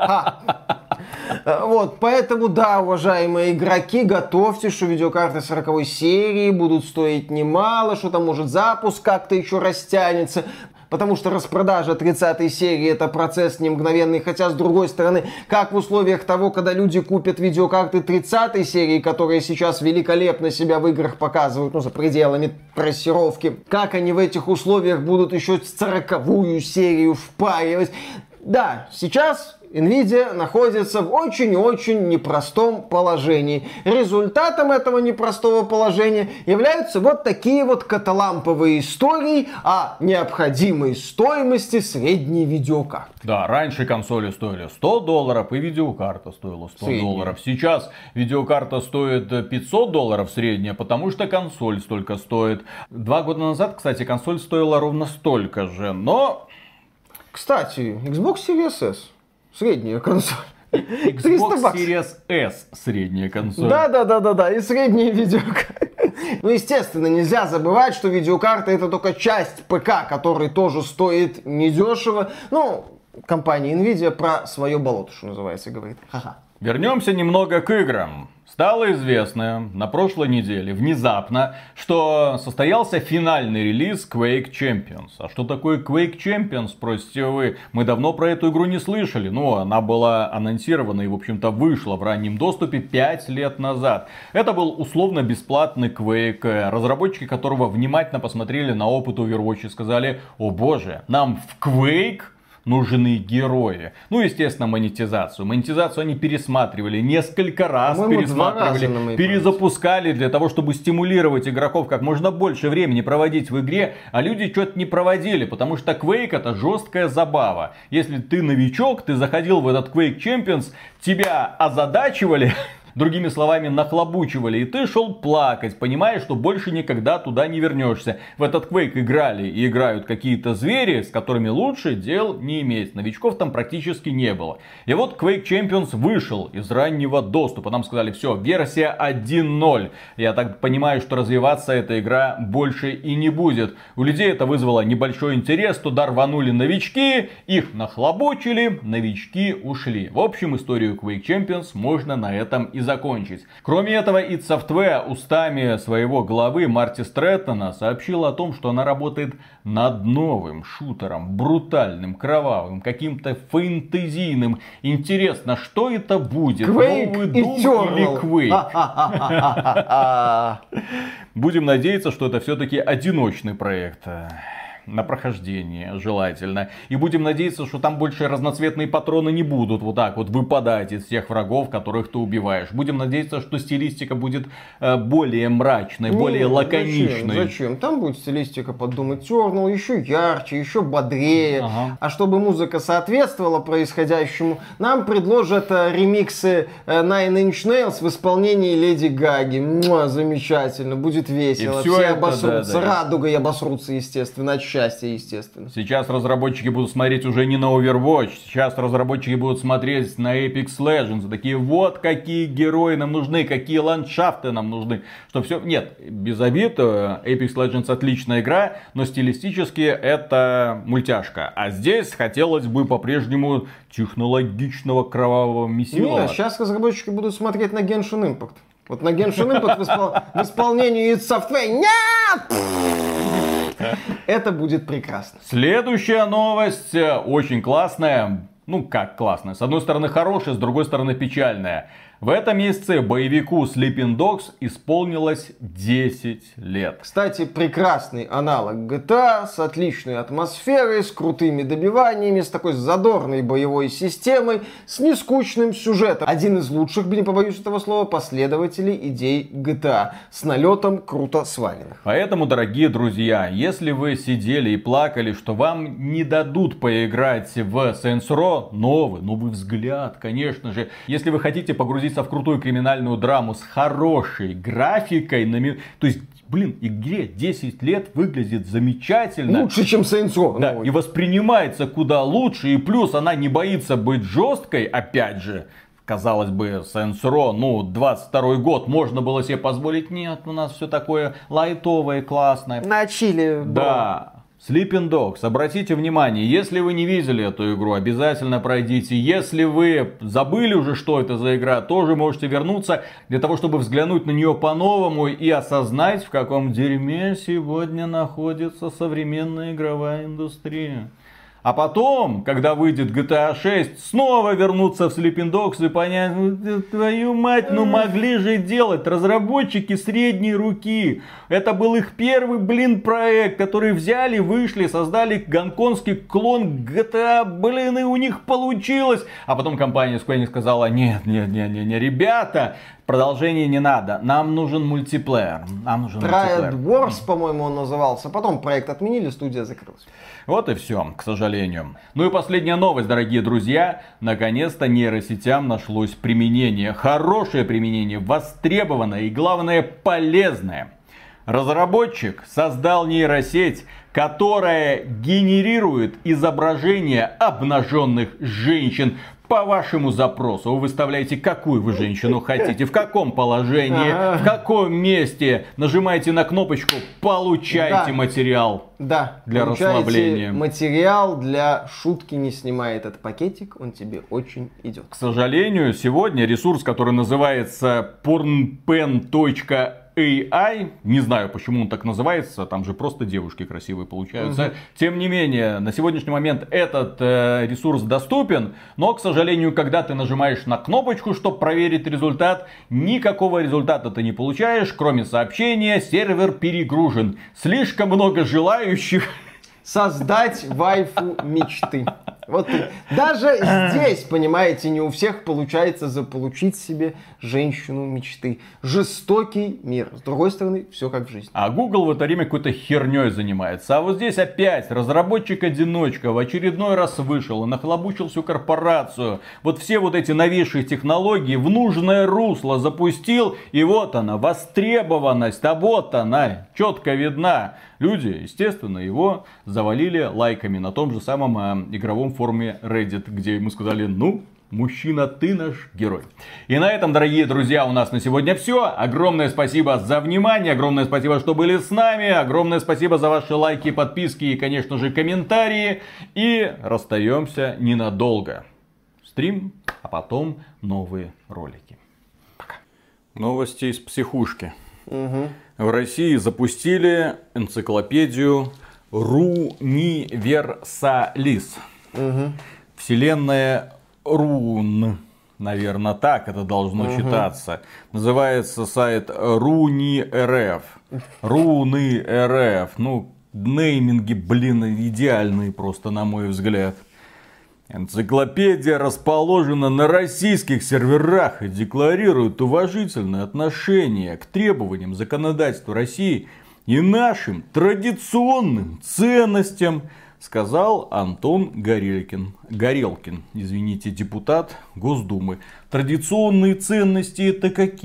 Вот, поэтому, да, уважаемые игроки, готовьте, что видеокарты сороковой серии будут стоить немало, что там может запуск как-то еще растянется. Потому что распродажа тридцатой серии — это процесс не мгновенный. Хотя, с другой стороны, как в условиях того, когда люди купят видеокарты тридцатой серии, которые сейчас великолепно себя в играх показывают, ну, за пределами трассировки, как они в этих условиях будут еще сороковую серию впаривать. Да, сейчас Nvidia находится в очень-очень непростом положении. Результатом этого непростого положения являются вот такие вот каталамповые истории о необходимой стоимости средней видеокарты. Да, раньше консоли стоили сто долларов и видеокарта стоила сто Средняя. долларов. Сейчас видеокарта стоит пятьсот долларов средняя, потому что консоль столько стоит. Два года назад, кстати, консоль стоила ровно столько же, но... Кстати, Xbox Series S. Средняя консоль. Xbox Series S средняя консоль. Да, да, да, да, да. И средняя видеокарта. Ну, естественно, нельзя забывать, что видеокарта — это только часть ПК, который тоже стоит недешево. Ну, компания Nvidia про свое болото, что называется, говорит. Ха-ха. Вернемся немного к играм. Стало известно на прошлой неделе внезапно, что состоялся финальный релиз Quake Champions. А что такое Quake Champions, спросите вы? Мы давно про эту игру не слышали. Но она была анонсирована и, в общем-то, вышла в раннем доступе пять лет назад. Это был условно-бесплатный Quake, разработчики которого внимательно посмотрели на опыт Overwatch и сказали: о боже, нам в Quake нужны герои. Ну, естественно, монетизацию. Монетизацию они пересматривали несколько раз, По-моему, пересматривали, раза перезапускали для того, чтобы стимулировать игроков как можно больше времени проводить в игре, а люди что-то не проводили, потому что Quake — это жесткая забава. Если ты новичок, ты заходил в этот Quake Champions, тебя озадачивали, другими словами, нахлобучивали, и ты шел плакать, понимая, что больше никогда туда не вернешься. В этот Quake играли и играют какие-то звери, с которыми лучше дел не иметь. Новичков там практически не было. И вот Quake Champions вышел из раннего доступа. Нам сказали: все, версия один ноль. Я так понимаю, что развиваться эта игра больше и не будет. У людей это вызвало небольшой интерес. Туда рванули новички, их нахлобучили, новички ушли. В общем, историю Quake Champions можно на этом и закончить. Кроме этого, id Software устами своего главы Марти Стрэттона сообщила о том, что она работает над новым шутером, брутальным, кровавым, каким-то фэнтезийным. Интересно, что это будет? Quake Новый Doom или Quake? Будем надеяться, что это все-таки одиночный проект. На прохождение желательно. И будем надеяться, что там больше разноцветные патроны не будут вот так вот выпадать из всех врагов, которых ты убиваешь. Будем надеяться, что стилистика будет э, более мрачной, не, более лаконичной. Зачем? Зачем? Там будет стилистика под Doom Eternal еще ярче, еще бодрее. Ага. А чтобы музыка соответствовала происходящему, нам предложат э, ремиксы э, Nine Inch Nails в исполнении Леди Гаги. Муа, замечательно, будет весело. Все, все это, обосрутся, да, да. Радугой обосрутся, естественно. счастья, естественно. Сейчас разработчики будут смотреть уже не на Overwatch, сейчас разработчики будут смотреть на Apex Legends. Такие, вот какие герои нам нужны, какие ландшафты нам нужны. Что все... Нет, без обид, Apex Legends отличная игра, но стилистически это мультяшка. А здесь хотелось бы по-прежнему технологичного кровавого месила. Нет, сейчас разработчики будут смотреть на Genshin Impact. Вот на Genshin Impact в, испол... в исполнении id Software. Нет! Это будет прекрасно. Следующая новость очень классная. Ну как классная? С одной стороны хорошая, с другой стороны печальная. В этом месяце боевику Sleeping Dogs исполнилось десять лет. Кстати, прекрасный аналог джи ти эй с отличной атмосферой, с крутыми добиваниями, с такой задорной боевой системой, с нескучным сюжетом. Один из лучших, не побоюсь этого слова, последователей идей джи ти эй. С налетом круто сваренных. Поэтому, дорогие друзья, если вы сидели и плакали, что вам не дадут поиграть в Saints Row, новый, новый взгляд, конечно же. Если вы хотите погрузиться в крутую криминальную драму с хорошей графикой, на ми... то есть, блин, игре десять лет выглядит замечательно. Лучше, чем Saints Row. Да, и воспринимается куда лучше, и плюс она не боится быть жесткой, опять же. Казалось бы, Saints Row, ну, двадцать второй год, можно было себе позволить. Нет, у нас все такое лайтовое, классное. На чили. Да. Sleeping Dogs, обратите внимание, если вы не видели эту игру, обязательно пройдите. Если вы забыли уже, что это за игра, тоже можете вернуться для того, чтобы взглянуть на нее по-новому и осознать, в каком дерьме сегодня находится современная игровая индустрия. А потом, когда выйдет джи ти эй шесть, снова вернуться в Sleeping Dogs и понять, ну, твою мать, ну могли же делать разработчики средней руки. Это был их первый, блин, проект, который взяли, вышли, создали гонконгский клон джи ти эй, блин, и у них получилось. А потом компания Square Enix сказала, нет, нет, нет, нет, нет, ребята, продолжение не надо, нам нужен мультиплеер. Нам нужен Triad мультиплеер. Wars, по-моему, он назывался. Потом проект отменили, студия закрылась. Вот и все, к сожалению. Ну и последняя новость, дорогие друзья. Наконец-то нейросетям нашлось применение. Хорошее применение, востребованное и, главное, полезное. Разработчик создал нейросеть, которая генерирует изображения обнаженных женщин по вашему запросу. Вы выставляете, какую вы женщину хотите, в каком положении, в каком месте. Нажимаете на кнопочку, получаете Да. материал. Да, Для получаете расслабления. материал для шутки. Не снимай этот пакетик, он тебе очень идет. К сожалению, сегодня ресурс, который называется pornpen точка эй ай, не знаю, почему он так называется, там же просто девушки красивые получаются. Угу. Тем не менее, на сегодняшний момент этот э, ресурс доступен, но, к сожалению, когда ты нажимаешь на кнопочку, чтобы проверить результат, никакого результата ты не получаешь, кроме сообщения: сервер перегружен. Слишком много желающих. Создать вайфу мечты. Вот даже здесь, понимаете, не у всех получается заполучить себе женщину мечты. Жестокий мир. С другой стороны, все как в жизни. А Google в это время какой-то херней занимается. А вот здесь опять разработчик-одиночка в очередной раз вышел и нахлобучил всю корпорацию. Вот все вот эти новейшие технологии в нужное русло запустил. И вот она, востребованность. А вот она, четко видна. Люди, естественно, его завалили лайками на том же самом э, игровом форуме Reddit, где ему сказали: ну, мужчина, ты наш герой. И на этом, дорогие друзья, у нас на сегодня все. Огромное спасибо за внимание, огромное спасибо, что были с нами, огромное спасибо за ваши лайки, подписки и, конечно же, комментарии. И расстаемся ненадолго. Стрим, а потом новые ролики. Пока. Новости из психушки. Угу. В России запустили энциклопедию Руниверсалис. Угу. Вселенная Рун. Наверное, так это должно угу. читаться. Называется сайт Руни.рф. Руны.рф. Ну, нейминги, блин, идеальные просто, на мой взгляд. Энциклопедия расположена на российских серверах и декларирует уважительное отношение к требованиям законодательства России и нашим традиционным ценностям, сказал Антон Горелкин. Горелкин, извините, депутат Госдумы. Традиционные ценности — это какие?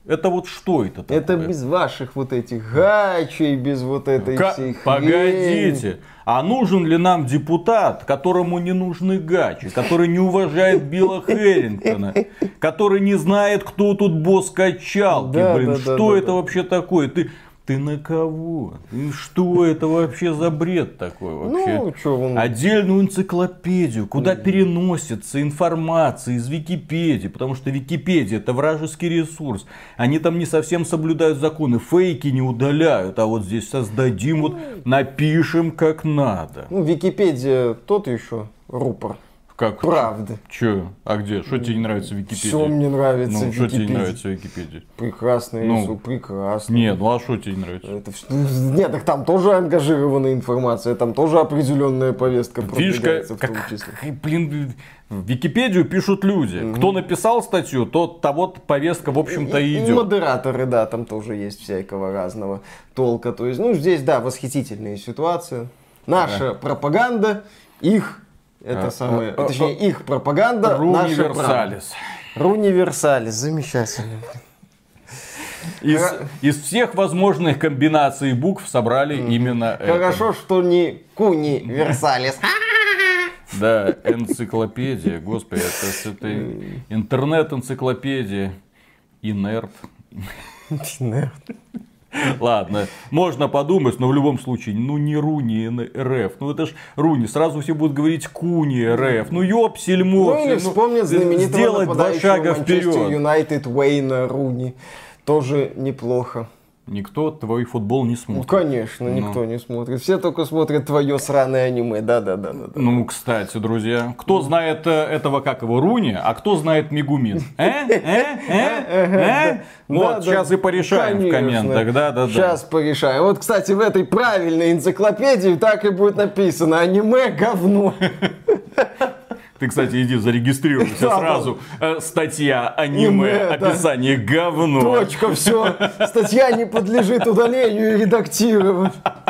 Это вот что это такое? Это без ваших вот этих гачей, без вот этой Ка- всей Погодите. хрени. А нужен ли нам депутат, которому не нужны гачи, который не уважает Билла Хэрингтона, который не знает, кто тут босс качалки? Да, Блин, да, что да, да, это да. вообще такое? Ты, ты на кого? И что это вообще за бред такой вообще? Ну, что он... Отдельную энциклопедию, куда переносится информация из Википедии, потому что Википедия это вражеский ресурс. Они там не совсем соблюдают законы, фейки не удаляют, а вот здесь создадим, вот напишем как надо. Ну, Википедия тот еще рупор. Как? Правды. Че? А где? Что тебе не нравится в Википедии? Все мне нравится Ну, в что тебе не Википедии. нравится в Википедии? Прекрасный Ну, рисунок, прекрасно. Нет, ну а что тебе не нравится? Это вс- Нет, так там тоже ангажированная информация, там тоже определенная повестка Фишка, продвигается в том как, числе. как, блин, в Википедию пишут люди. Кто написал статью, тот того повестка, в общем-то, и И идет. модераторы, да, там тоже есть всякого разного толка. То есть, ну, здесь, да, восхитительные ситуации. Наша пропаганда, их, это А, самое, а, а, точнее, их пропаганда, наша правда. Руниверсалис. Руниверсалис, замечательно. Из, Хора- из всех возможных комбинаций букв собрали именно это. Хорошо, что не Куниверсалис. Да, энциклопедия, господи, это, это интернет-энциклопедия. Инерт. Ладно, можно подумать, но в любом случае, ну не Руни РФ, ну это ж Руни, сразу все будут говорить Куни РФ, ну ёпсель Ну мопсель, или вспомнят знаменитого сделать два нападающего шага Манчестер вперед. Юнайтед Уэйна Руни. Тоже неплохо. Никто твой футбол не Ну, смотрит. конечно, никто не смотрит. Все только смотрят твое сраное аниме. Да-да-да. Ну, кстати, друзья, кто знает э, этого, как его, Руни, а кто знает Мегумин? Э? Э? Э? Э? Вот, сейчас и порешаем в комментах, да-да-да. Сейчас порешаем. Вот, кстати, в этой правильной энциклопедии так и будет написано: аниме говно. Ты, кстати, иди зарегистрируйся Да, сразу. Э, Статья, аниме, Аниме, да. описание, говно. Точка, все. Статья не подлежит удалению и редактированию.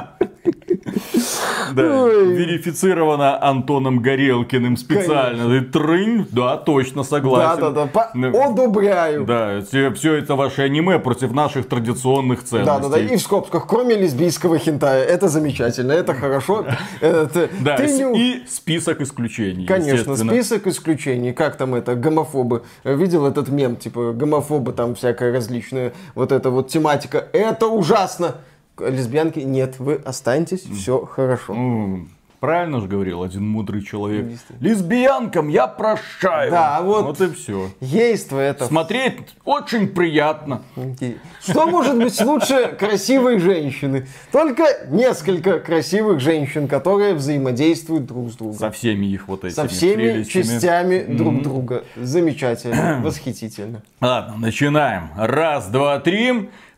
Да, Ой. верифицировано Антоном Горелкиным специально. И трынь, да, точно согласен. Да-да-да. По- Ну, Одобряю. Да, все это ваше аниме против наших традиционных ценностей. Да-да-да, и в скобках, кроме лесбийского хентая. Это замечательно, это хорошо. Это- Да, ты с- не у- и список исключений. Конечно, естественно. список исключений. Как там это, гомофобы. Видел этот мем, типа, гомофобы, там всякая различная вот эта вот тематика. Это ужасно. Лесбиянки, нет, вы останьтесь, все хорошо. Ну, правильно же говорил один мудрый человек. Действительно. Лесбиянкам я прощаю. Да, вот- Вот и все. Ейство это. Смотреть очень приятно. Что может быть лучше красивой женщины? Только несколько красивых женщин, которые взаимодействуют друг с другом. Со всеми их вот этими Со всеми прелестями. частями друг друга. Замечательно, восхитительно. Ладно, начинаем. Раз, два, три.